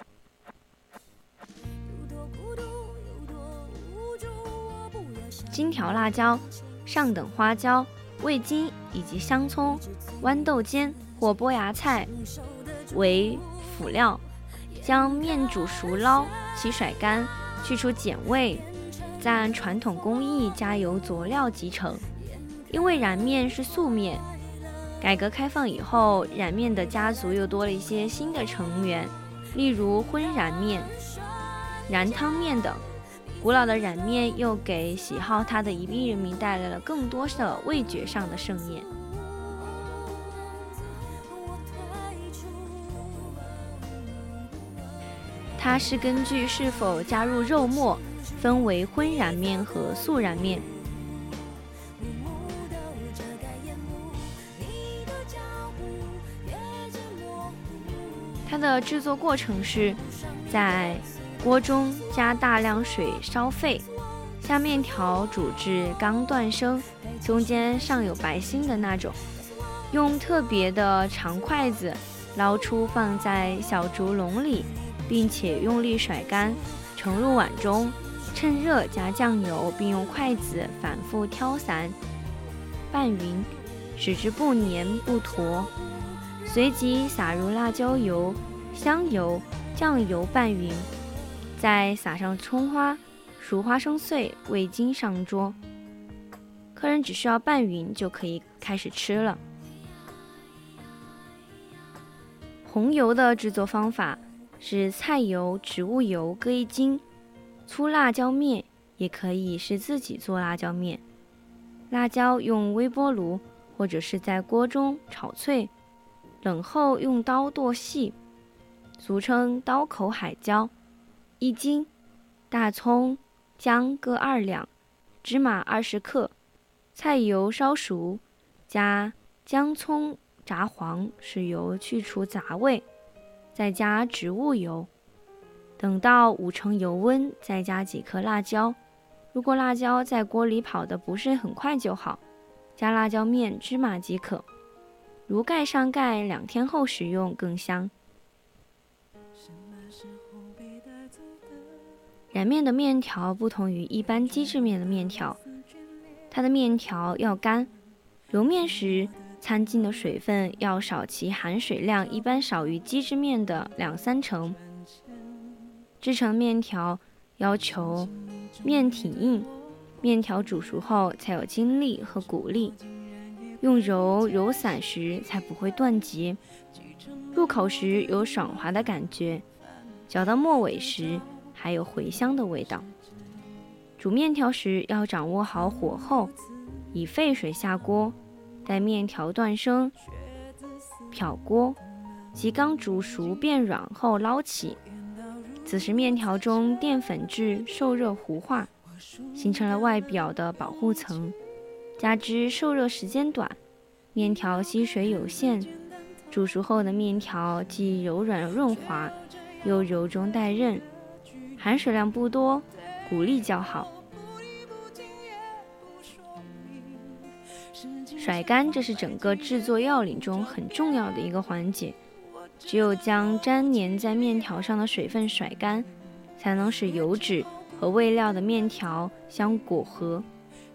金条辣椒、上等花椒、味精以及香葱、豌豆尖或剥芽菜为辅料，将面煮熟捞，其甩干，去除碱味，再按传统工艺加油佐料即成。因为燃面是素面，改革开放以后，燃面的家族又多了一些新的成员，例如荤燃面、燃汤面等。古老的燃面又给喜好它的宜宾人民带来了更多的味觉上的盛宴。它是根据是否加入肉末，分为荤燃面和素燃面。它的制作过程是在锅中加大量水烧沸，下面条煮至刚断生，中间尚有白心的那种，用特别的长筷子捞出放在小竹笼里，并且用力甩干，盛入碗中，趁热加酱油，并用筷子反复挑散拌匀，使之不黏不坨，随即撒入辣椒油、香油、酱油拌匀，再撒上葱花、熟花生碎、味精上桌。客人只需要拌匀就可以开始吃了。红油的制作方法是菜油、植物油各一斤，粗辣椒面也可以是自己做辣椒面。辣椒用微波炉或者是在锅中炒脆，冷后用刀剁细，俗称刀口海椒，一斤。大葱、姜各二两，芝麻二十克，菜油烧熟，加姜葱炸黄，使油去除杂味，再加植物油，等到五成油温，再加几颗辣椒。如果辣椒在锅里跑得不是很快就好，加辣椒面、芝麻即可。如盖上盖，两天后食用更香。燃面的面条不同于一般机制面的面条，它的面条要干，揉面时掺进的水分要少，其含水量一般少于机制面的两三成。制成面条要求面挺硬，面条煮熟后才有筋力和骨力，用揉揉散时才不会断节，入口时有爽滑的感觉，嚼到末尾时还有茴香的味道。煮面条时要掌握好火候，以沸水下锅，待面条断生，漂锅，及刚煮熟变软后捞起， 此时面条中淀粉质受热糊化，形成了外表的保护层，加之受热时间短，面条吸水有限，煮熟后的面条既柔软润滑，又柔中带韧，含水量不多，骨力较好。甩干，这是整个制作要领中很重要的一个环节，只有将粘黏在面条上的水分甩干，才能使油脂和味料的面条相裹合。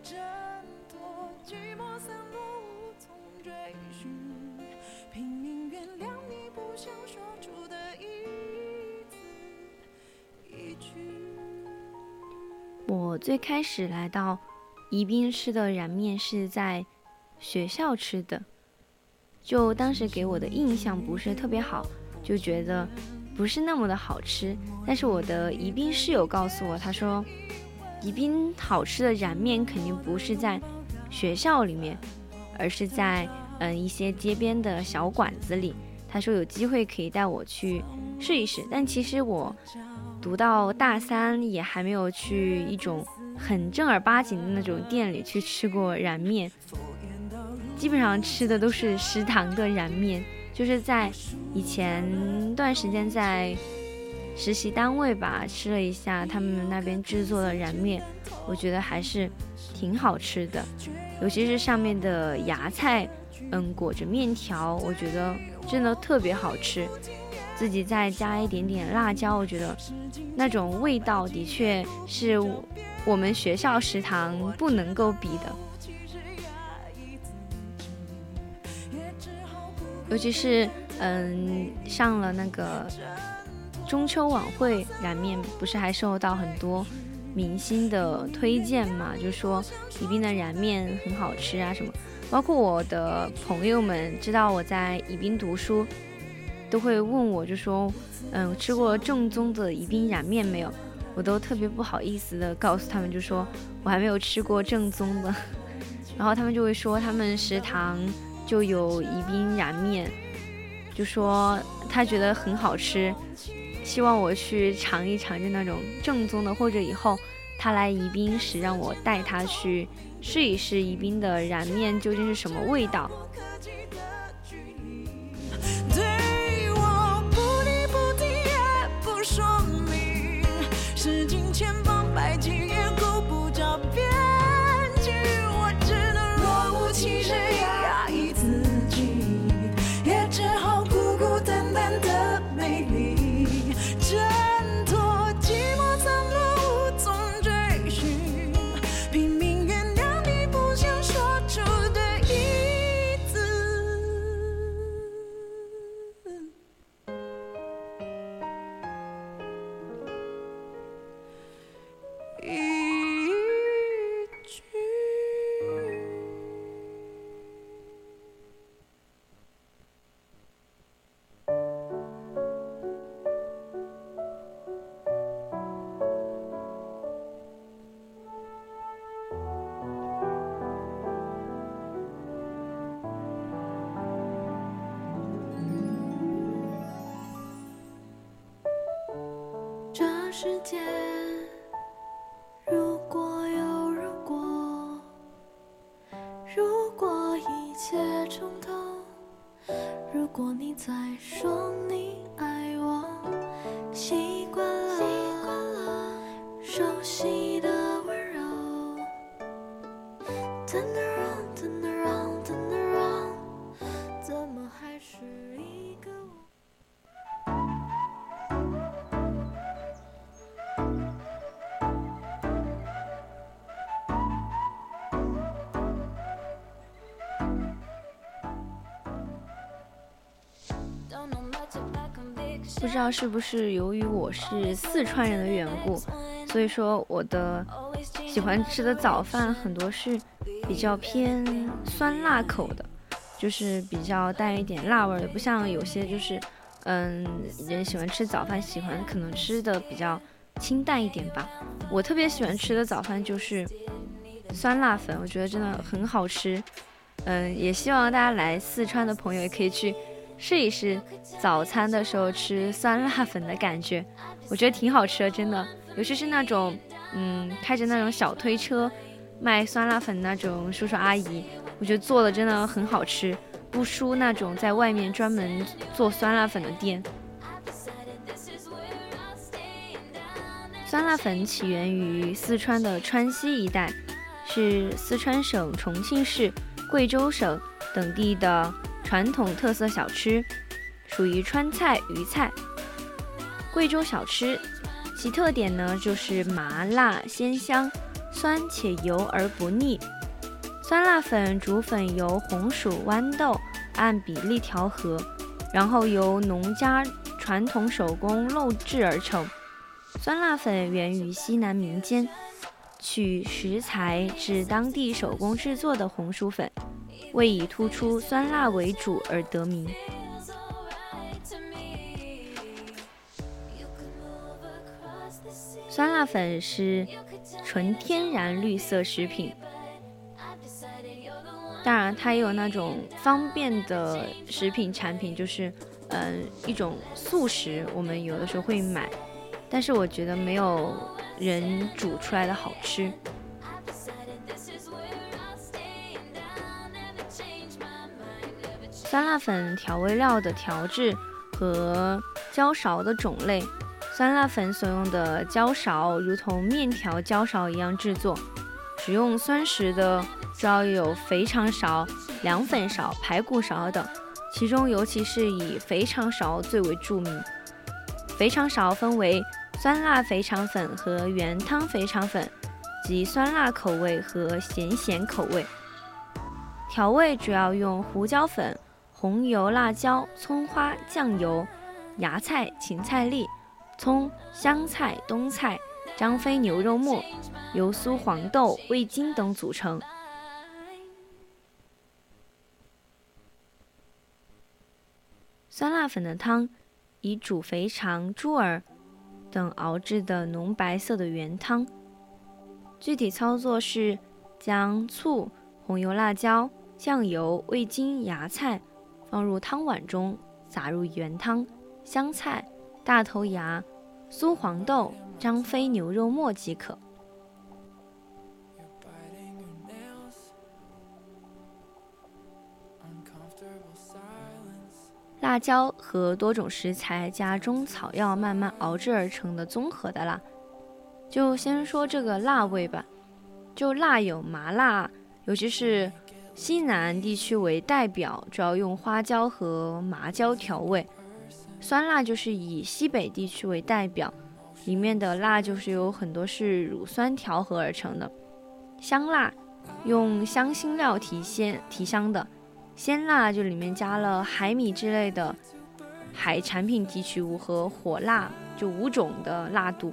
我最开始来到宜宾吃的燃面是在学校吃的，就当时给我的印象不是特别好，就觉得不是那么的好吃。但是我的宜宾室友告诉我，他说宜宾好吃的燃面肯定不是在学校里面，而是在嗯一些街边的小馆子里。他说有机会可以带我去试一试，但其实我读到大三也还没有去一种很正儿八经的那种店里去吃过燃面，基本上吃的都是食堂的燃面。就是在以前段时间在实习单位吧，吃了一下他们那边制作的燃面，我觉得还是挺好吃的，尤其是上面的芽菜嗯裹着面条，我觉得真的特别好吃。自己再加一点点辣椒，我觉得那种味道的确是我们学校食堂不能够比的。尤其是嗯上了那个中秋晚会，燃面不是还受到很多明星的推荐嘛，就说宜宾的燃面很好吃啊什么。包括我的朋友们知道我在宜宾读书，都会问我，就说嗯吃过正宗的宜宾燃面没有，我都特别不好意思的告诉他们，就说我还没有吃过正宗的。然后他们就会说他们食堂就有宜宾燃面，就说他觉得很好吃，希望我去尝一尝就那种正宗的，或者以后他来宜宾时让我带他去试一试宜宾的燃面究竟是什么味道。 对我不离不弃也不说明，使尽千方百计也够不着边际，我只能若无其事压抑自己，也只好孤孤单单的美丽，挣脱寂寞苍老无从追寻，拼命原谅你不想说出的意思。一句这世界如果有如果，如果一切重头，如果你再说你爱我，习惯了熟悉的温柔， Turn around, turn around, turn around， 怎么还是一个我。 不知道是不是由于我是四川人的缘故，所以说我的喜欢吃的早饭很多是比较偏酸辣口的，就是比较带一点辣味的，不像有些就是嗯人喜欢吃早饭喜欢可能吃的比较清淡一点吧。我特别喜欢吃的早饭就是酸辣粉，我觉得真的很好吃。嗯，也希望大家来四川的朋友也可以去试一试早餐的时候吃酸辣粉的感觉，我觉得挺好吃的，真的。尤其是那种嗯开着那种小推车卖酸辣粉那种叔叔阿姨，我觉得做的真的很好吃，不输那种在外面专门做酸辣粉的店。酸辣粉起源于四川的川西一带，是四川省重庆市、贵州省等地的传统特色小吃，属于川菜渝菜。贵州小吃其特点呢就是麻辣鲜香，酸且油而不腻。酸辣粉主粉由红薯、豌豆按比例调和，然后由农家传统手工漏制而成。酸辣粉源于西南民间，取食材至当地手工制作的红薯粉，为以突出酸辣为主而得名。酸辣粉是纯天然绿色食品，当然它也有那种方便的食品产品，就是嗯一种速食，我们有的时候会买，但是我觉得没有人煮出来的好吃。酸辣粉调味料的调制和椒勺的种类，酸辣粉所用的椒勺如同面条椒勺一样制作，使用酸食的主要有肥肠勺、凉粉勺、排骨勺等，其中尤其是以肥肠勺最为著名。肥肠勺分为酸辣肥肠粉和原汤肥肠粉，及酸辣口味和咸咸口味。调味主要用胡椒粉、红油、辣椒、葱花、酱油、芽菜、芹菜粒、葱、香菜、冬菜、张飞牛肉末、油酥、黄豆、味精等组成。酸辣粉的汤以煮肥肠、猪耳等熬制的浓白色的原汤。具体操作是将醋、红油、辣椒、酱油、味精、芽菜放入汤碗中，撒入原汤、香菜、大头芽、酥黄豆、张飞牛肉末即可。辣椒和多种食材加中草药慢慢熬制而成的综合的辣。就先说这个辣味吧，就辣有麻辣，尤其是西南地区为代表，主要用花椒和麻椒调味。酸辣就是以西北地区为代表，里面的辣就是有很多是乳酸调和而成的。香辣用香辛料提鲜提香的，鲜辣就里面加了海米之类的海产品提取物和火辣，就五种的辣度。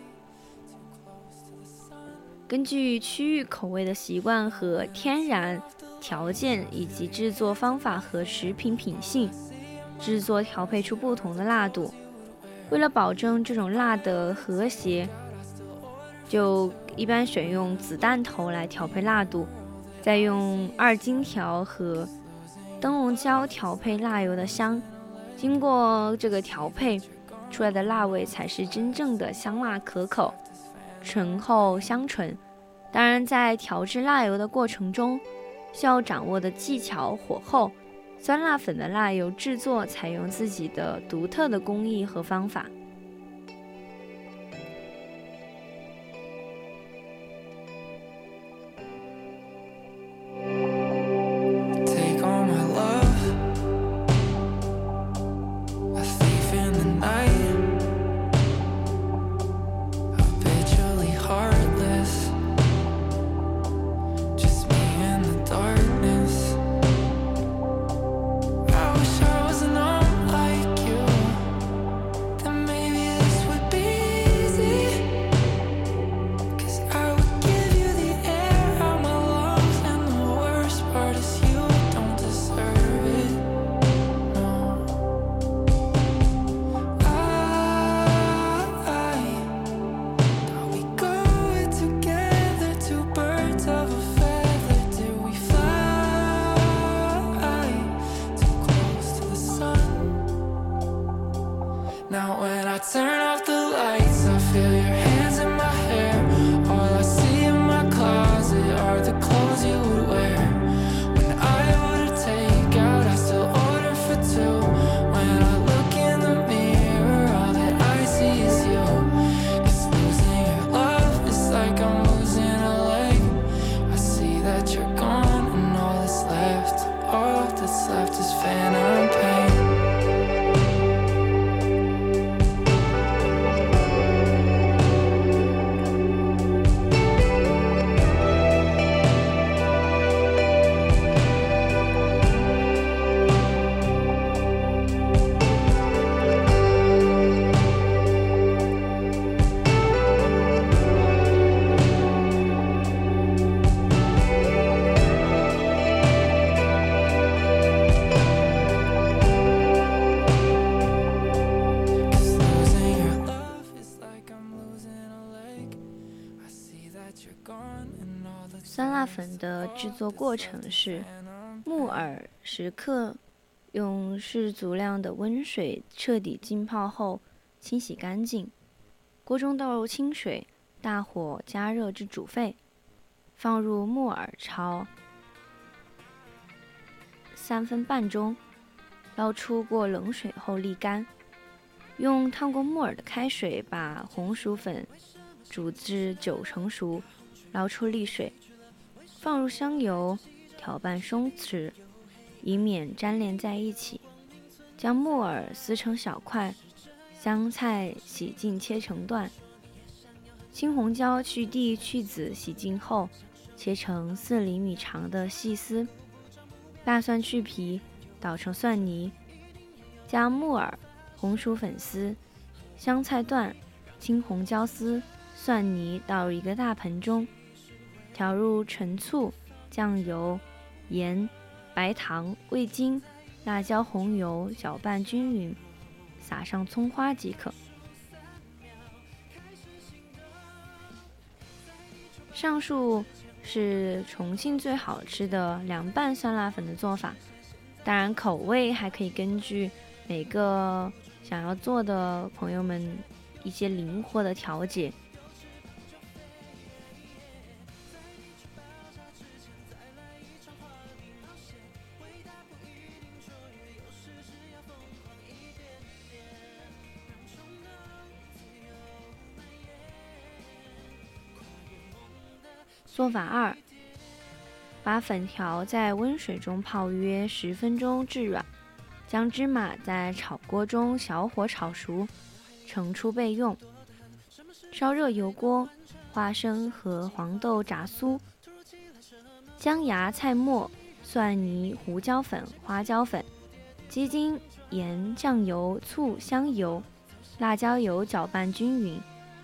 根据区域口味的习惯和天然条件以及制作方法和食品品性，制作调配出不同的辣度。为了保证这种辣的和谐，就一般选用子弹头来调配辣度，再用二荆条和灯笼椒调配辣油的香。经过这个调配出来的辣味才是真正的香辣可口，醇厚香醇。当然在调制辣油的过程中，需要掌握的技巧火候，酸辣粉的辣油制作采用自己的独特的工艺和方法。 That made Now when I turn off the lights, I feel your hands in my hair. All I see in my closet are the clothes you would wear. When I order takeout, I still order for two. When I look in the mirror, all that I see is you. It's losing your love, it's like I'm losing a leg. I see that you're gone, and all that's left, all that's left is phantom pain. 酸辣粉的制作过程是：木耳十克，用适足量的温水彻底浸泡后清洗干净。锅中倒入清水，大火加热至煮沸，放入木耳炒三分半钟，捞出过冷水后沥干。用烫过木耳的开水把红薯粉煮至九成熟，捞出沥水。放入香油，调拌松弛，以免粘连在一起。将木耳撕成小块，香菜洗净切成段，青红椒去蒂去籽洗净后切成四厘米长的细丝。大蒜去皮，捣成蒜泥，将木耳、红薯粉丝、香菜段、青红椒丝、蒜泥倒入一个大盆中。调入陈醋、酱油、盐、白糖、味精、辣椒红油，搅拌均匀，撒上葱花即可。上述是重庆最好吃的凉拌酸辣粉的做法，当然口味还可以根据每个想要做的朋友们一些灵活的调节。做法二，把粉条在温水中泡约十分钟至软，将芝麻在炒锅中小火炒熟，盛出备用。烧热油锅，花生和黄豆炸酥，姜芽、菜末、蒜泥、胡椒粉、花椒粉、鸡精、盐、酱油、醋、香油、辣椒油搅拌均匀，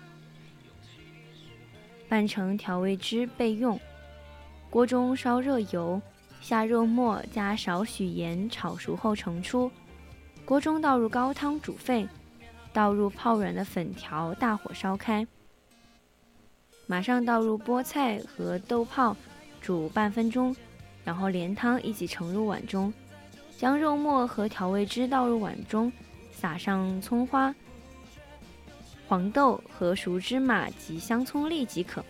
拌成调味汁备用。锅中烧热油，下肉末，加少许盐，炒熟后盛出。锅中倒入高汤煮沸，倒入泡软的粉条，大火烧开。马上倒入菠菜和豆泡，煮半分钟，然后连汤一起盛入碗中。将肉末和调味汁倒入碗中，撒上葱花、黄豆和熟芝麻及香葱粒即可。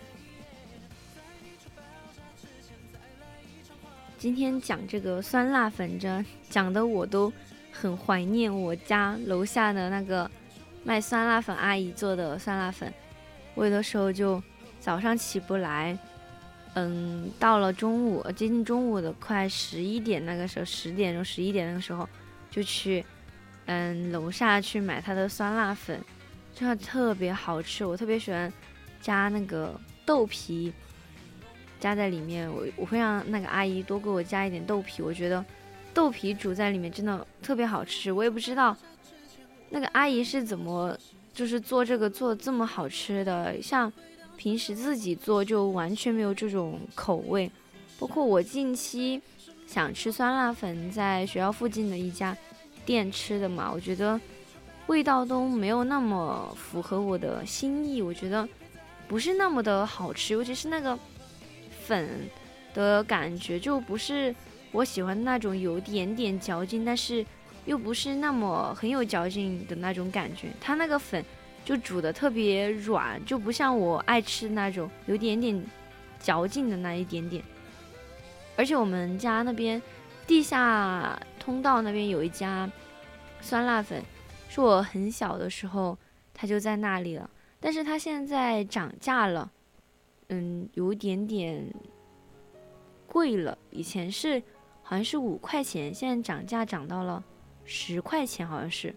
今天讲这个酸辣粉，这讲的我都很怀念我家楼下的那个卖酸辣粉阿姨做的酸辣粉。我有的时候就早上起不来，嗯，到了中午接近中午的快十一点那个时候，十点钟十一点那个时候就去嗯楼下去买它的酸辣粉，真的特别好吃。我特别喜欢加那个豆皮加在里面，我我会让那个阿姨多给我加一点豆皮，我觉得豆皮煮在里面真的特别好吃。我也不知道那个阿姨是怎么就是做这个做这么好吃的，像平时自己做就完全没有这种口味。包括我近期想吃酸辣粉，在学校附近的一家店吃的嘛，我觉得味道都没有那么符合我的心意，我觉得不是那么的好吃，尤其是那个粉的感觉就不是我喜欢的那种有点点嚼劲，但是又不是那么很有嚼劲的那种感觉，它那个粉就煮的特别软，就不像我爱吃那种有点点嚼劲的那一点点。而且我们家那边地下通道那边有一家酸辣粉，是我很小的时候它就在那里了，但是它现在涨价了，嗯，有一点点贵了。以前是好像是五块钱，现在涨价涨到了十块钱，好像是。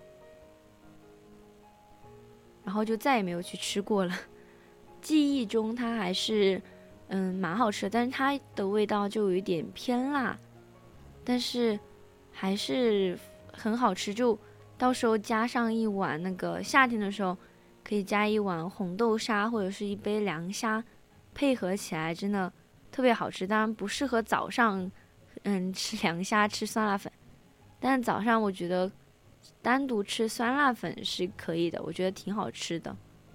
然后就再也没有去吃过了。记忆中它还是嗯蛮好吃的，但是它的味道就有一点偏辣，但是还是很好吃。就到时候加上一碗那个夏天的时候可以加一碗红豆沙或者是一杯凉虾，配合起来真的特别好吃。当然不适合早上嗯吃凉虾吃酸辣粉，但是早上我觉得单独吃酸辣粉是可以的，我觉得挺好吃的。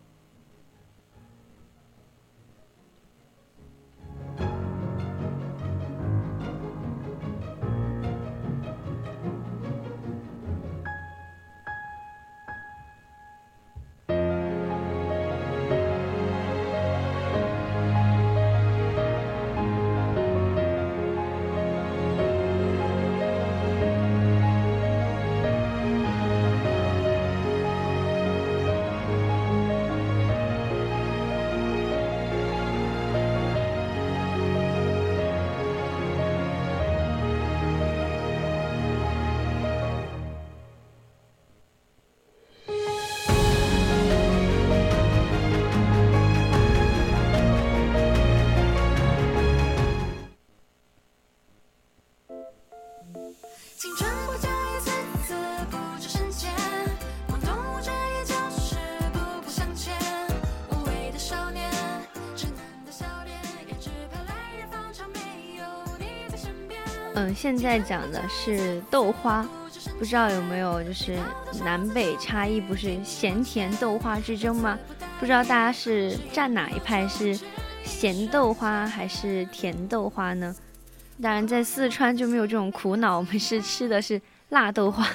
嗯，现在讲的是豆花，不知道有没有就是南北差异，不是咸甜豆花之争吗？不知道大家是站哪一派，是咸豆花还是甜豆花呢？当然在四川就没有这种苦恼，我们是吃的是辣豆花。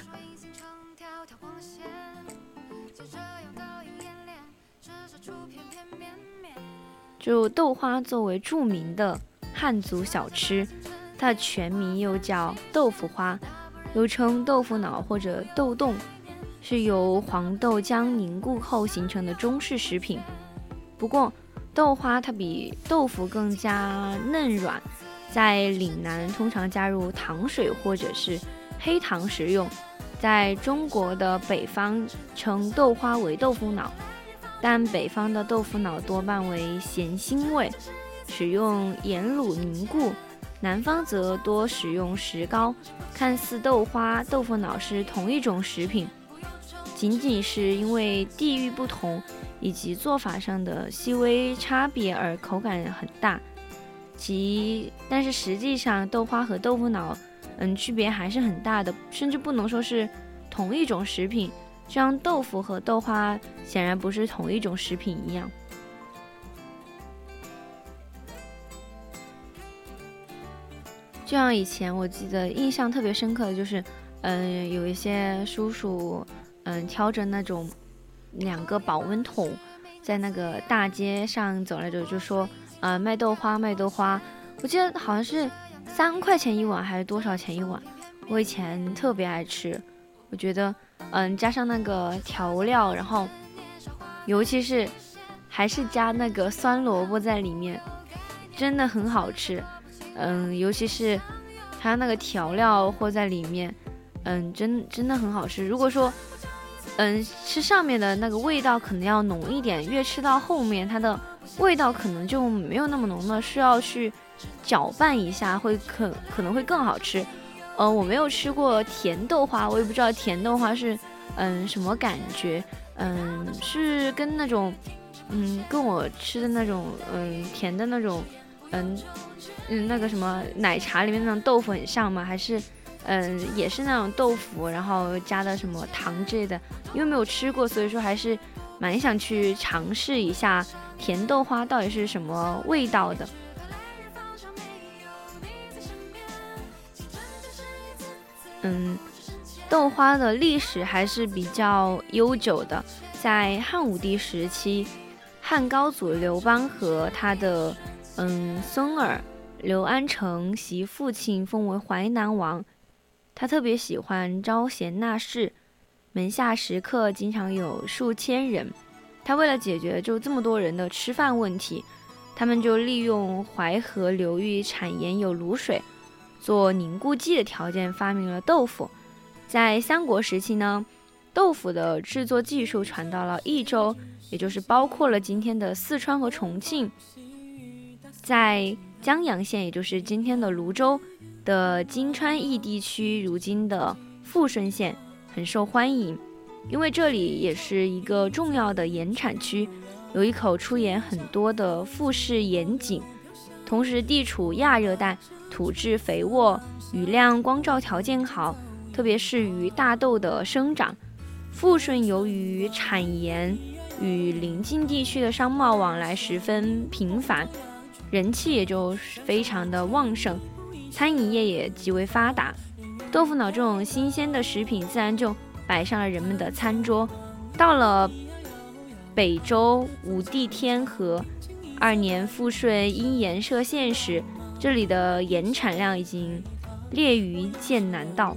就豆花作为著名的汉族小吃，它的全名又叫豆腐花，又称豆腐脑或者豆冻，是由黄豆浆凝固后形成的中式食品。不过豆花它比豆腐更加嫩软，在岭南通常加入糖水或者是黑糖食用。在中国的北方称豆花为豆腐脑，但北方的豆腐脑多半为咸腥味，使用盐卤凝固，南方则多使用石膏。看似豆花、豆腐脑是同一种食品，仅仅是因为地域不同以及做法上的细微差别而口感很大。其但是实际上豆花和豆腐脑嗯区别还是很大的，甚至不能说是同一种食品，就像豆腐和豆花显然不是同一种食品一样。就像以前我记得印象特别深刻的就是，嗯、呃，有一些叔叔，嗯、呃，挑着那种两个保温桶，在那个大街上走来走，就说，呃，卖豆花，卖豆花。我记得好像是三块钱一碗，还是多少钱一碗？我以前特别爱吃，我觉得，嗯、呃，加上那个调料，然后，尤其是还是加那个酸萝卜在里面，真的很好吃。嗯，尤其是它那个调料和在里面，嗯，真真的很好吃。如果说，嗯，吃上面的那个味道可能要浓一点，越吃到后面，它的味道可能就没有那么浓了，需要去搅拌一下，会可可能会更好吃。嗯，我没有吃过甜豆花，我也不知道甜豆花是嗯什么感觉。嗯，是跟那种嗯跟我吃的那种嗯甜的那种嗯。嗯，那个什么奶茶里面那种豆腐很像吗？还是，嗯，也是那种豆腐，然后加的什么糖之类的？因为没有吃过，所以说还是蛮想去尝试一下甜豆花到底是什么味道的。嗯， 豆花的历史还是比较悠久的，在汉武帝时期，汉高祖刘邦和他的嗯孙儿刘安成袭父亲，封为淮南王。他特别喜欢招贤纳士，门下食客经常有数千人。他为了解决就这么多人的吃饭问题，他们就利用淮河流域产盐有卤水做凝固剂的条件，发明了豆腐。在三国时期呢，豆腐的制作技术传到了益州，也就是包括了今天的四川和重庆。在江阳县，也就是今天的泸州的金川驿地区，如今的富顺县很受欢迎，因为这里也是一个重要的盐产区，有一口出盐很多的富士盐井，同时地处亚热带，土质肥沃，雨量光照条件好，特别适于大豆的生长。富顺由于产盐与邻近地区的商贸往来十分频繁，人气也就非常的旺盛，餐饮业也极为发达。豆腐脑这种新鲜的食品自然就摆上了人们的餐桌。到了北周武帝天和二年富顺因盐设县时，这里的盐产量已经列于剑南道，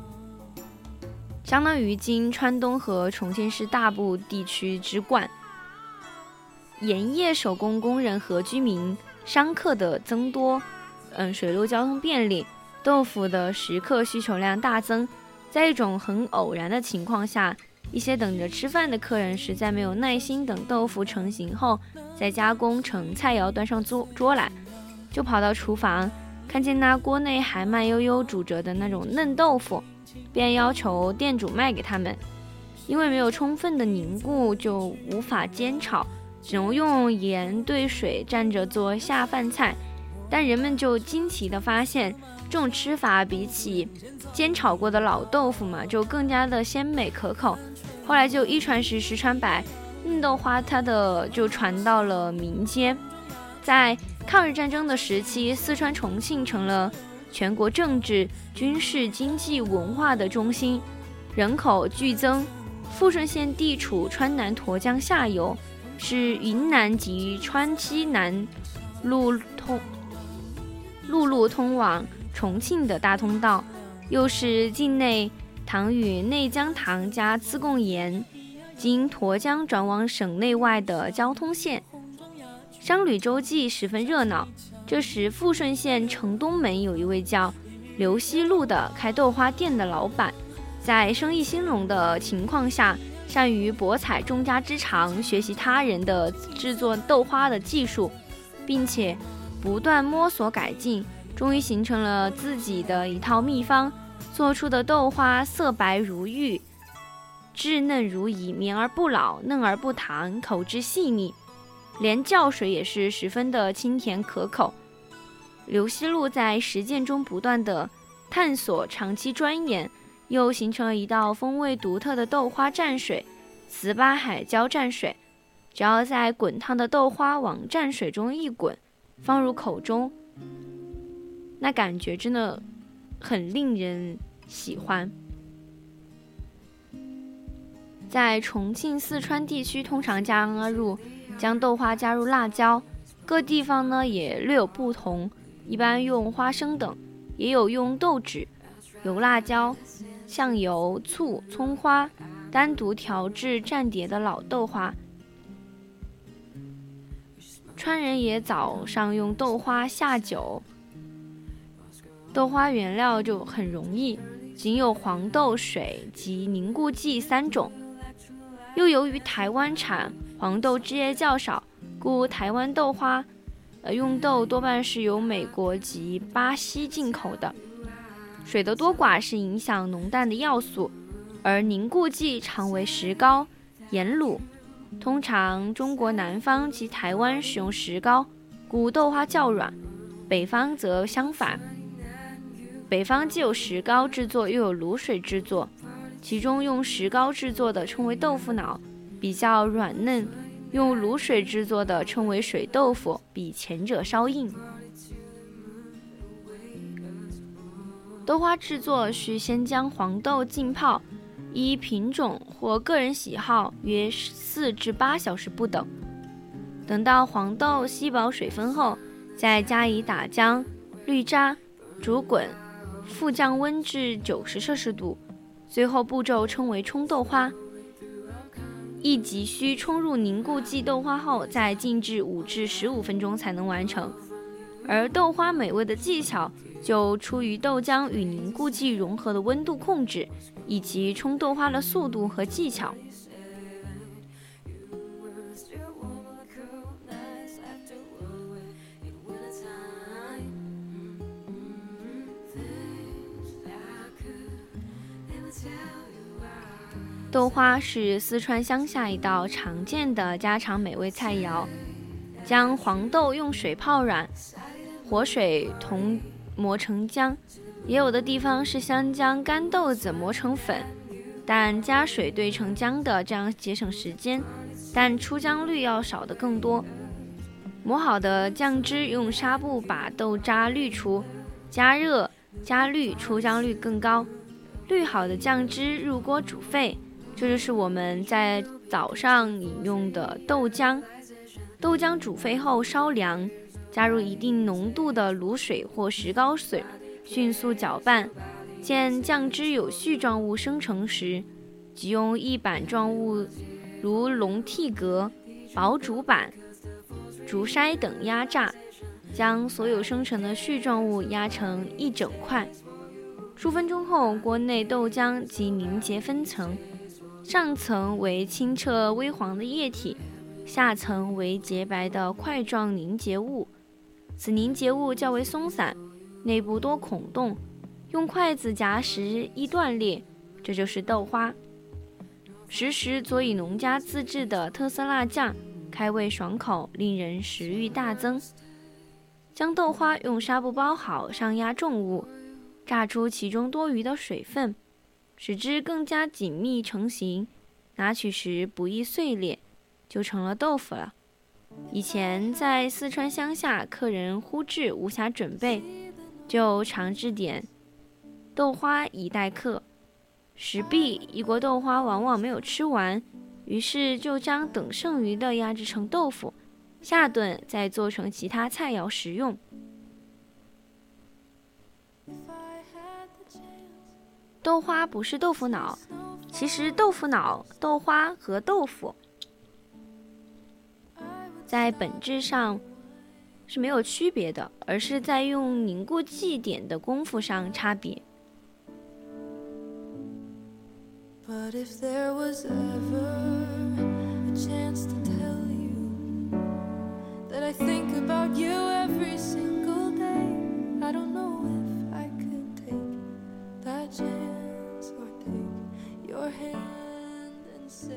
相当于今川东和重庆市大部地区之冠。盐业手工工人和居民商客的增多，嗯，水路交通便利，豆腐的食客需求量大增。在一种很偶然的情况下，一些等着吃饭的客人实在没有耐心等豆腐成型后再加工成菜肴端上桌桌来，就跑到厨房，看见那锅内还慢悠悠煮着的那种嫩豆腐，便要求店主卖给他们。因为没有充分的凝固，就无法煎炒，只能用盐兑水蘸着做下饭菜。但人们就惊奇地发现，这种吃法比起煎炒过的老豆腐嘛，就更加的鲜美可口。后来就一传十，十传百，嫩豆花它的就传到了民间。在抗日战争的时期，四川重庆成了全国政治、军事、经济、文化的中心，人口剧增。富顺县地处川南沱江下游，是云南及川西南陆通陆路通往重庆的大通道，又是境内糖与内江糖加自贡盐经沱江转往省内外的交通线，商旅洲际十分热闹。这时富顺县城东门有一位叫刘西路的开豆花店的老板，在生意兴隆的情况下，善于博采众家之长，学习他人的制作豆花的技术，并且不断摸索改进，终于形成了自己的一套秘方，做出的豆花色白如玉，质嫩如饴，绵而不老，嫩而不糖，口质细腻，连酵水也是十分的清甜可口。刘西路在实践中不断的探索，长期钻研，又形成了一道风味独特的豆花蘸水——糍粑海椒蘸水。只要在滚烫的豆花往蘸水中一滚，放入口中，那感觉真的很令人喜欢。在重庆、四川地区通常加入将豆花加入辣椒，各地方呢也略有不同，一般用花生等，也有用豆豉、油辣椒、酱油、醋、葱花单独调制蘸碟的老豆花。川人也早上用豆花下酒，豆花原料就很容易，仅有黄豆、水及凝固剂三种。又由于台湾产黄豆汁液较少，故台湾豆花、呃、用豆多半是由美国及巴西进口的。水的多寡是影响浓淡的要素，而凝固剂常为石膏、盐卤。通常中国南方及台湾使用石膏，故豆花较软，北方则相反。北方既有石膏制作，又有卤水制作，其中用石膏制作的称为豆腐脑，比较软嫩；用卤水制作的称为水豆腐，比前者稍硬。 豆花制作需先将黄豆浸泡，依品种或个人喜好约四至八小时不等。等到黄豆吸饱水分后，再加以打浆、滤渣、煮滚，复降温至九十摄氏度。最后步骤称为冲豆花，亦急需冲入凝固剂豆花后，再静置五至十五分钟才能完成。而豆花美味的技巧就出于豆浆与凝固剂融合的温度控制，以及冲豆花的速度和技巧。豆花是四川乡下一道常见的家常美味菜肴，将黄豆用水泡软，活水同磨成浆，也有的地方是先将干豆子磨成粉，但加水兑成浆的，这样节省时间，但出浆率要少得更多。磨好的酱汁用纱布把豆渣滤出，加热加滤，出浆率更高。滤好的酱汁入锅煮沸，这就是我们在早上饮用的豆浆。豆浆煮沸后稍凉，加入一定浓度的卤水或石膏水，迅速搅拌。见酱汁有絮状物生成时，即用一板状物如笼屉格、薄竹板、竹筛等压榨，将所有生成的絮状物压成一整块。数分钟后，锅内豆浆即凝结分层，上层为清澈微黄的液体，下层为洁白的块状凝结物。此凝结物较为松散，内部多孔洞，用筷子夹时易断裂，这就是豆花。时时佐以农家自制的特色辣酱，开胃爽口，令人食欲大增。将豆花用纱布包好，上压重物，榨出其中多余的水分，使之更加紧密成型，拿取时不易碎裂，就成了豆腐了。以前在四川乡下，客人忽至无暇准备，就常制点豆花以待客。时毕，一锅豆花往往没有吃完，于是就将等剩余的压制成豆腐，下顿再做成其他菜肴食用。豆花不是豆腐脑，其实豆腐脑、豆花和豆腐在本质上是没有区别的，而是在用凝固剂点的功夫上差别。 But if there was ever a chance to tell you that I think about you every single day, I don't know if I could take that chance or take your hand and say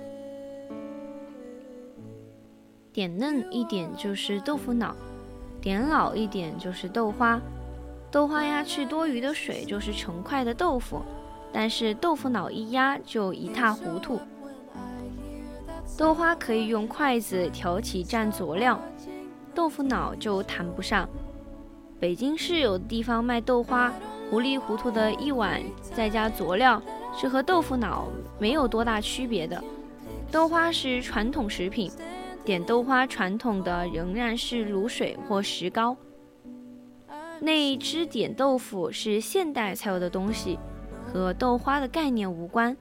点嫩一点就是豆腐脑，点老一点就是豆花。豆花压去多余的水就是成块的豆腐，但是豆腐脑一压就一塌糊涂。豆花可以用筷子挑起蘸佐料，豆腐脑就谈不上。北京市有的地方卖豆花，糊里糊涂的一碗再加佐料，是和豆腐脑没有多大区别的。豆花是传统食品，点豆花传统的仍然是卤水或石膏。内汁点豆腐是现代才有的东西，和豆花的概念无关。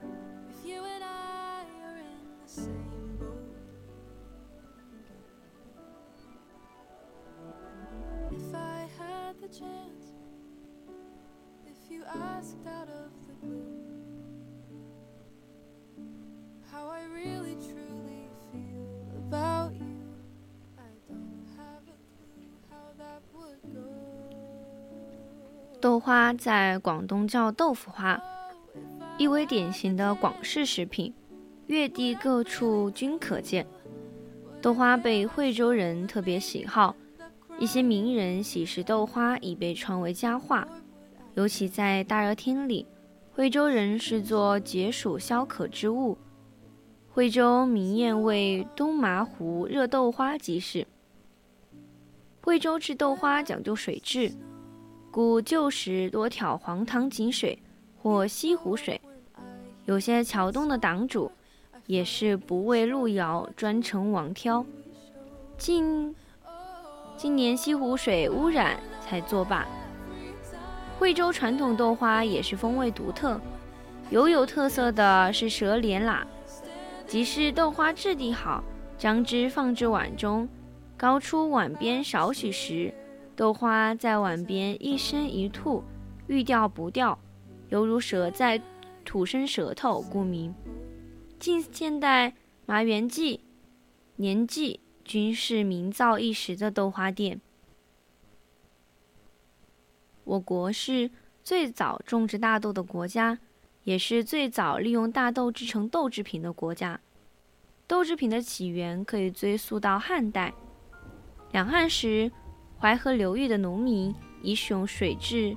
豆花在广东叫豆腐花，亦为典型的广式食品，粤地各处均可见。豆花被惠州人特别喜好，一些名人喜食豆花已被传为佳话。尤其在大热天里，惠州人视作解暑消渴之物。惠州名宴为东麻糊热豆花即是。惠州制豆花讲究水质， 故旧时多挑黄塘井水或西湖水，有些桥东的党主也是不为路遥，专程网挑。近今年西湖水污染才作罢。惠州传统豆花也是风味独特，尤有特色的是蛇莲喇，即是豆花质地好，将之放置碗中，高出碗边少许时，豆花在碗边一伸一吐，欲掉不掉，犹如蛇在吐伸舌头，故名。近现代麻园记、年记均是名噪一时的豆花店。我国是最早种植大豆的国家，也是最早利用大豆制成豆制品的国家。豆制品的起源可以追溯到汉代。两汉时，淮河流域的农民以使用水制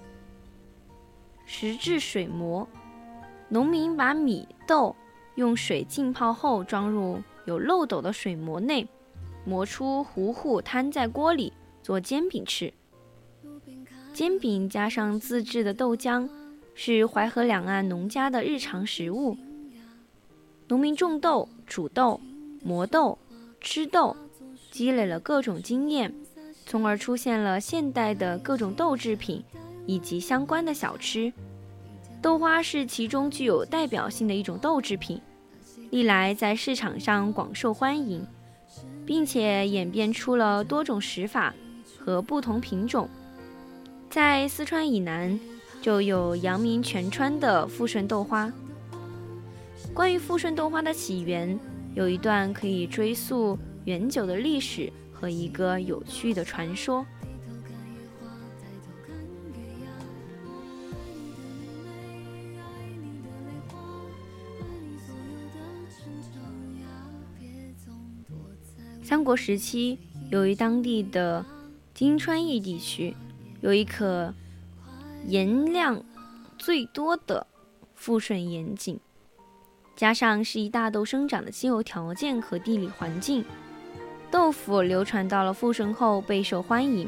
石制水磨，农民把米豆用水浸泡后装入有漏斗的水磨内，磨出糊糊摊在锅里做煎饼吃。煎饼加上自制的豆浆，是淮河两岸农家的日常食物。农民种豆、煮豆、磨豆、吃豆，积累了各种经验，从而出现了现代的各种豆制品以及相关的小吃。豆花是其中具有代表性的一种豆制品，历来在市场上广受欢迎，并且演变出了多种食法和不同品种。在四川以南就有扬名全川的富顺豆花。关于富顺豆花的起源，有一段可以追溯远久的历史和一个有趣的传说。三国时期，由于当地的金川驿地区有一颗盐量最多的富顺盐井，加上是一大豆生长的气候条件和地理环境，豆腐流传到了富顺后备受欢迎。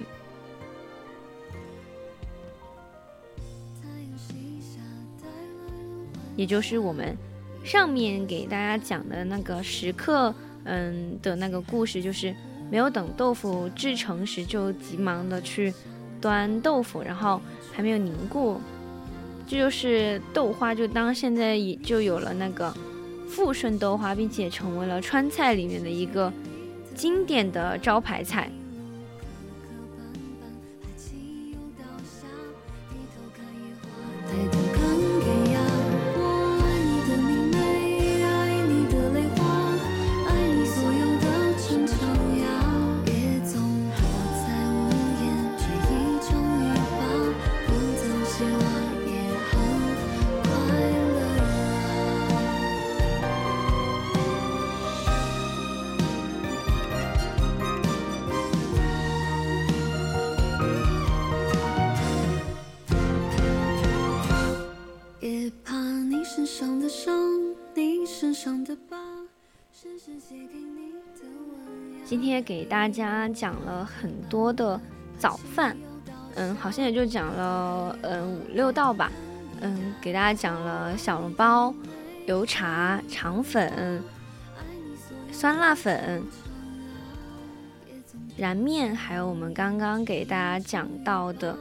也就是我们上面给大家讲的那个食客嗯的那个故事，就是没有等豆腐制成时就急忙的去端豆腐，然后还没有凝固，这就是豆花，就当现在也就有了那个富顺豆花，并且成为了川菜里面的一个经典的招牌菜。今天给大家讲了很多的早饭，嗯，好像也就讲了嗯五六道吧，嗯，给大家讲了小笼包、油茶、肠粉、酸辣粉、燃面，还有我们刚刚给大家讲到的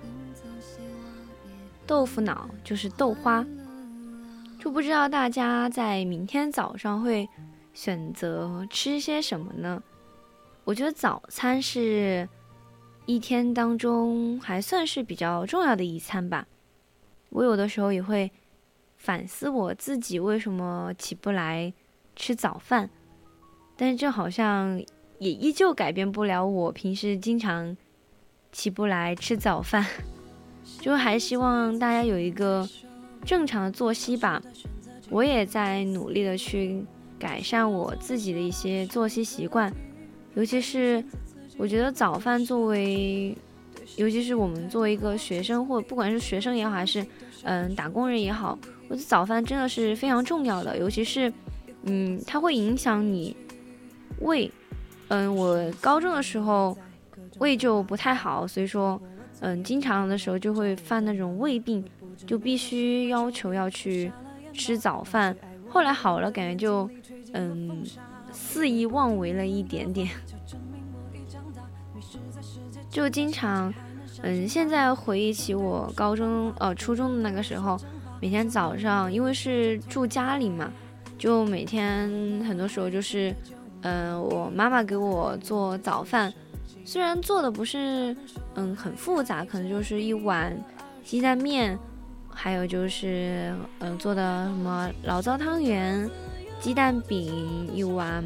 豆腐脑，就是豆花。就不知道大家在明天早上会选择吃些什么呢？我觉得早餐是一天当中还算是比较重要的一餐吧。我有的时候也会反思我自己为什么起不来吃早饭，但是这好像也依旧改变不了我平时经常起不来吃早饭。就还希望大家有一个正常的作息吧。我也在努力的去改善我自己的一些作息习惯，尤其是我觉得早饭作为，尤其是我们作为一个学生，或不管是学生也好，还是嗯打工人也好，我觉得早饭真的是非常重要的，尤其是嗯它会影响你胃。嗯，我高中的时候胃就不太好，所以说嗯，经常的时候就会犯那种胃病，就必须要求要去吃早饭。后来好了，感觉就嗯肆意妄为了一点点，就经常嗯现在回忆起我高中呃初中的那个时候，每天早上因为是住家里嘛，就每天很多时候就是嗯、呃、我妈妈给我做早饭，虽然做的不是嗯很复杂，可能就是一碗鸡蛋面，还有就是嗯、呃、做的什么醪糟汤圆、鸡蛋饼，一碗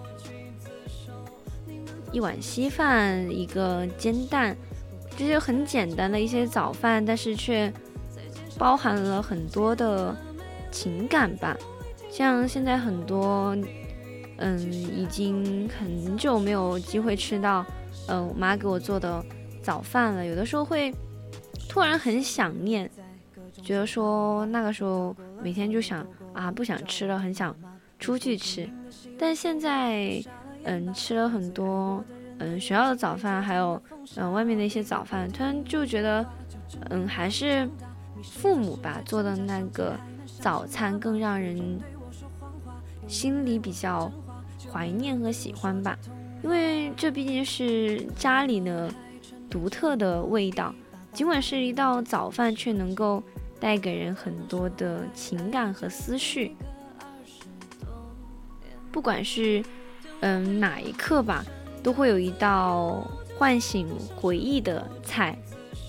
一碗稀饭，一个煎蛋，这些很简单的一些早饭，但是却包含了很多的情感吧。像现在很多嗯已经很久没有机会吃到嗯、呃、我妈给我做的早饭了，有的时候会突然很想念，觉得说那个时候每天就想啊不想吃了，很想出去吃。但现在嗯吃了很多嗯学校的早饭，还有嗯外面的一些早饭，突然就觉得嗯还是父母吧做的那个早餐更让人心里比较怀念和喜欢吧，因为这毕竟是家里的独特的味道，尽管是一道早饭，却能够带给人很多的情感和思绪。不管是嗯哪一刻吧，都会有一道唤醒回忆的菜。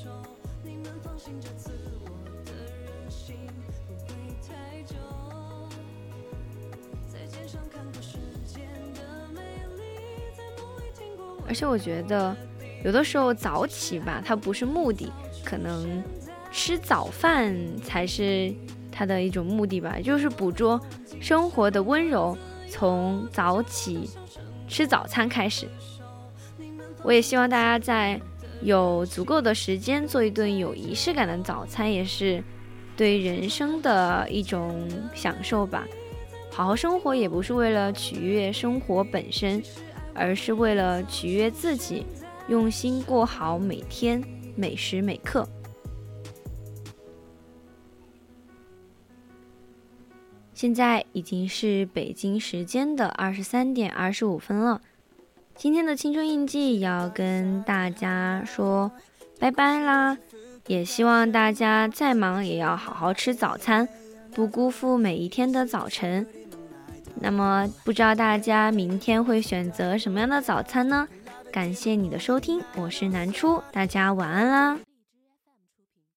而且我觉得有的时候早起吧，它不是目的，可能吃早饭才是它的一种目的吧，就是捕捉生活的温柔，从早起吃早餐开始。我也希望大家在有足够的时间做一顿有仪式感的早餐，也是对人生的一种享受吧。好好生活也不是为了取悦生活本身，而是为了取悦自己，用心过好每天每时每刻。现在已经是北京时间的二十三点二十五分了，今天的青春印记要跟大家说拜拜啦，也希望大家再忙也要好好吃早餐，不辜负每一天的早晨。那么不知道大家明天会选择什么样的早餐呢？感谢你的收听，我是南初，大家晚安啦。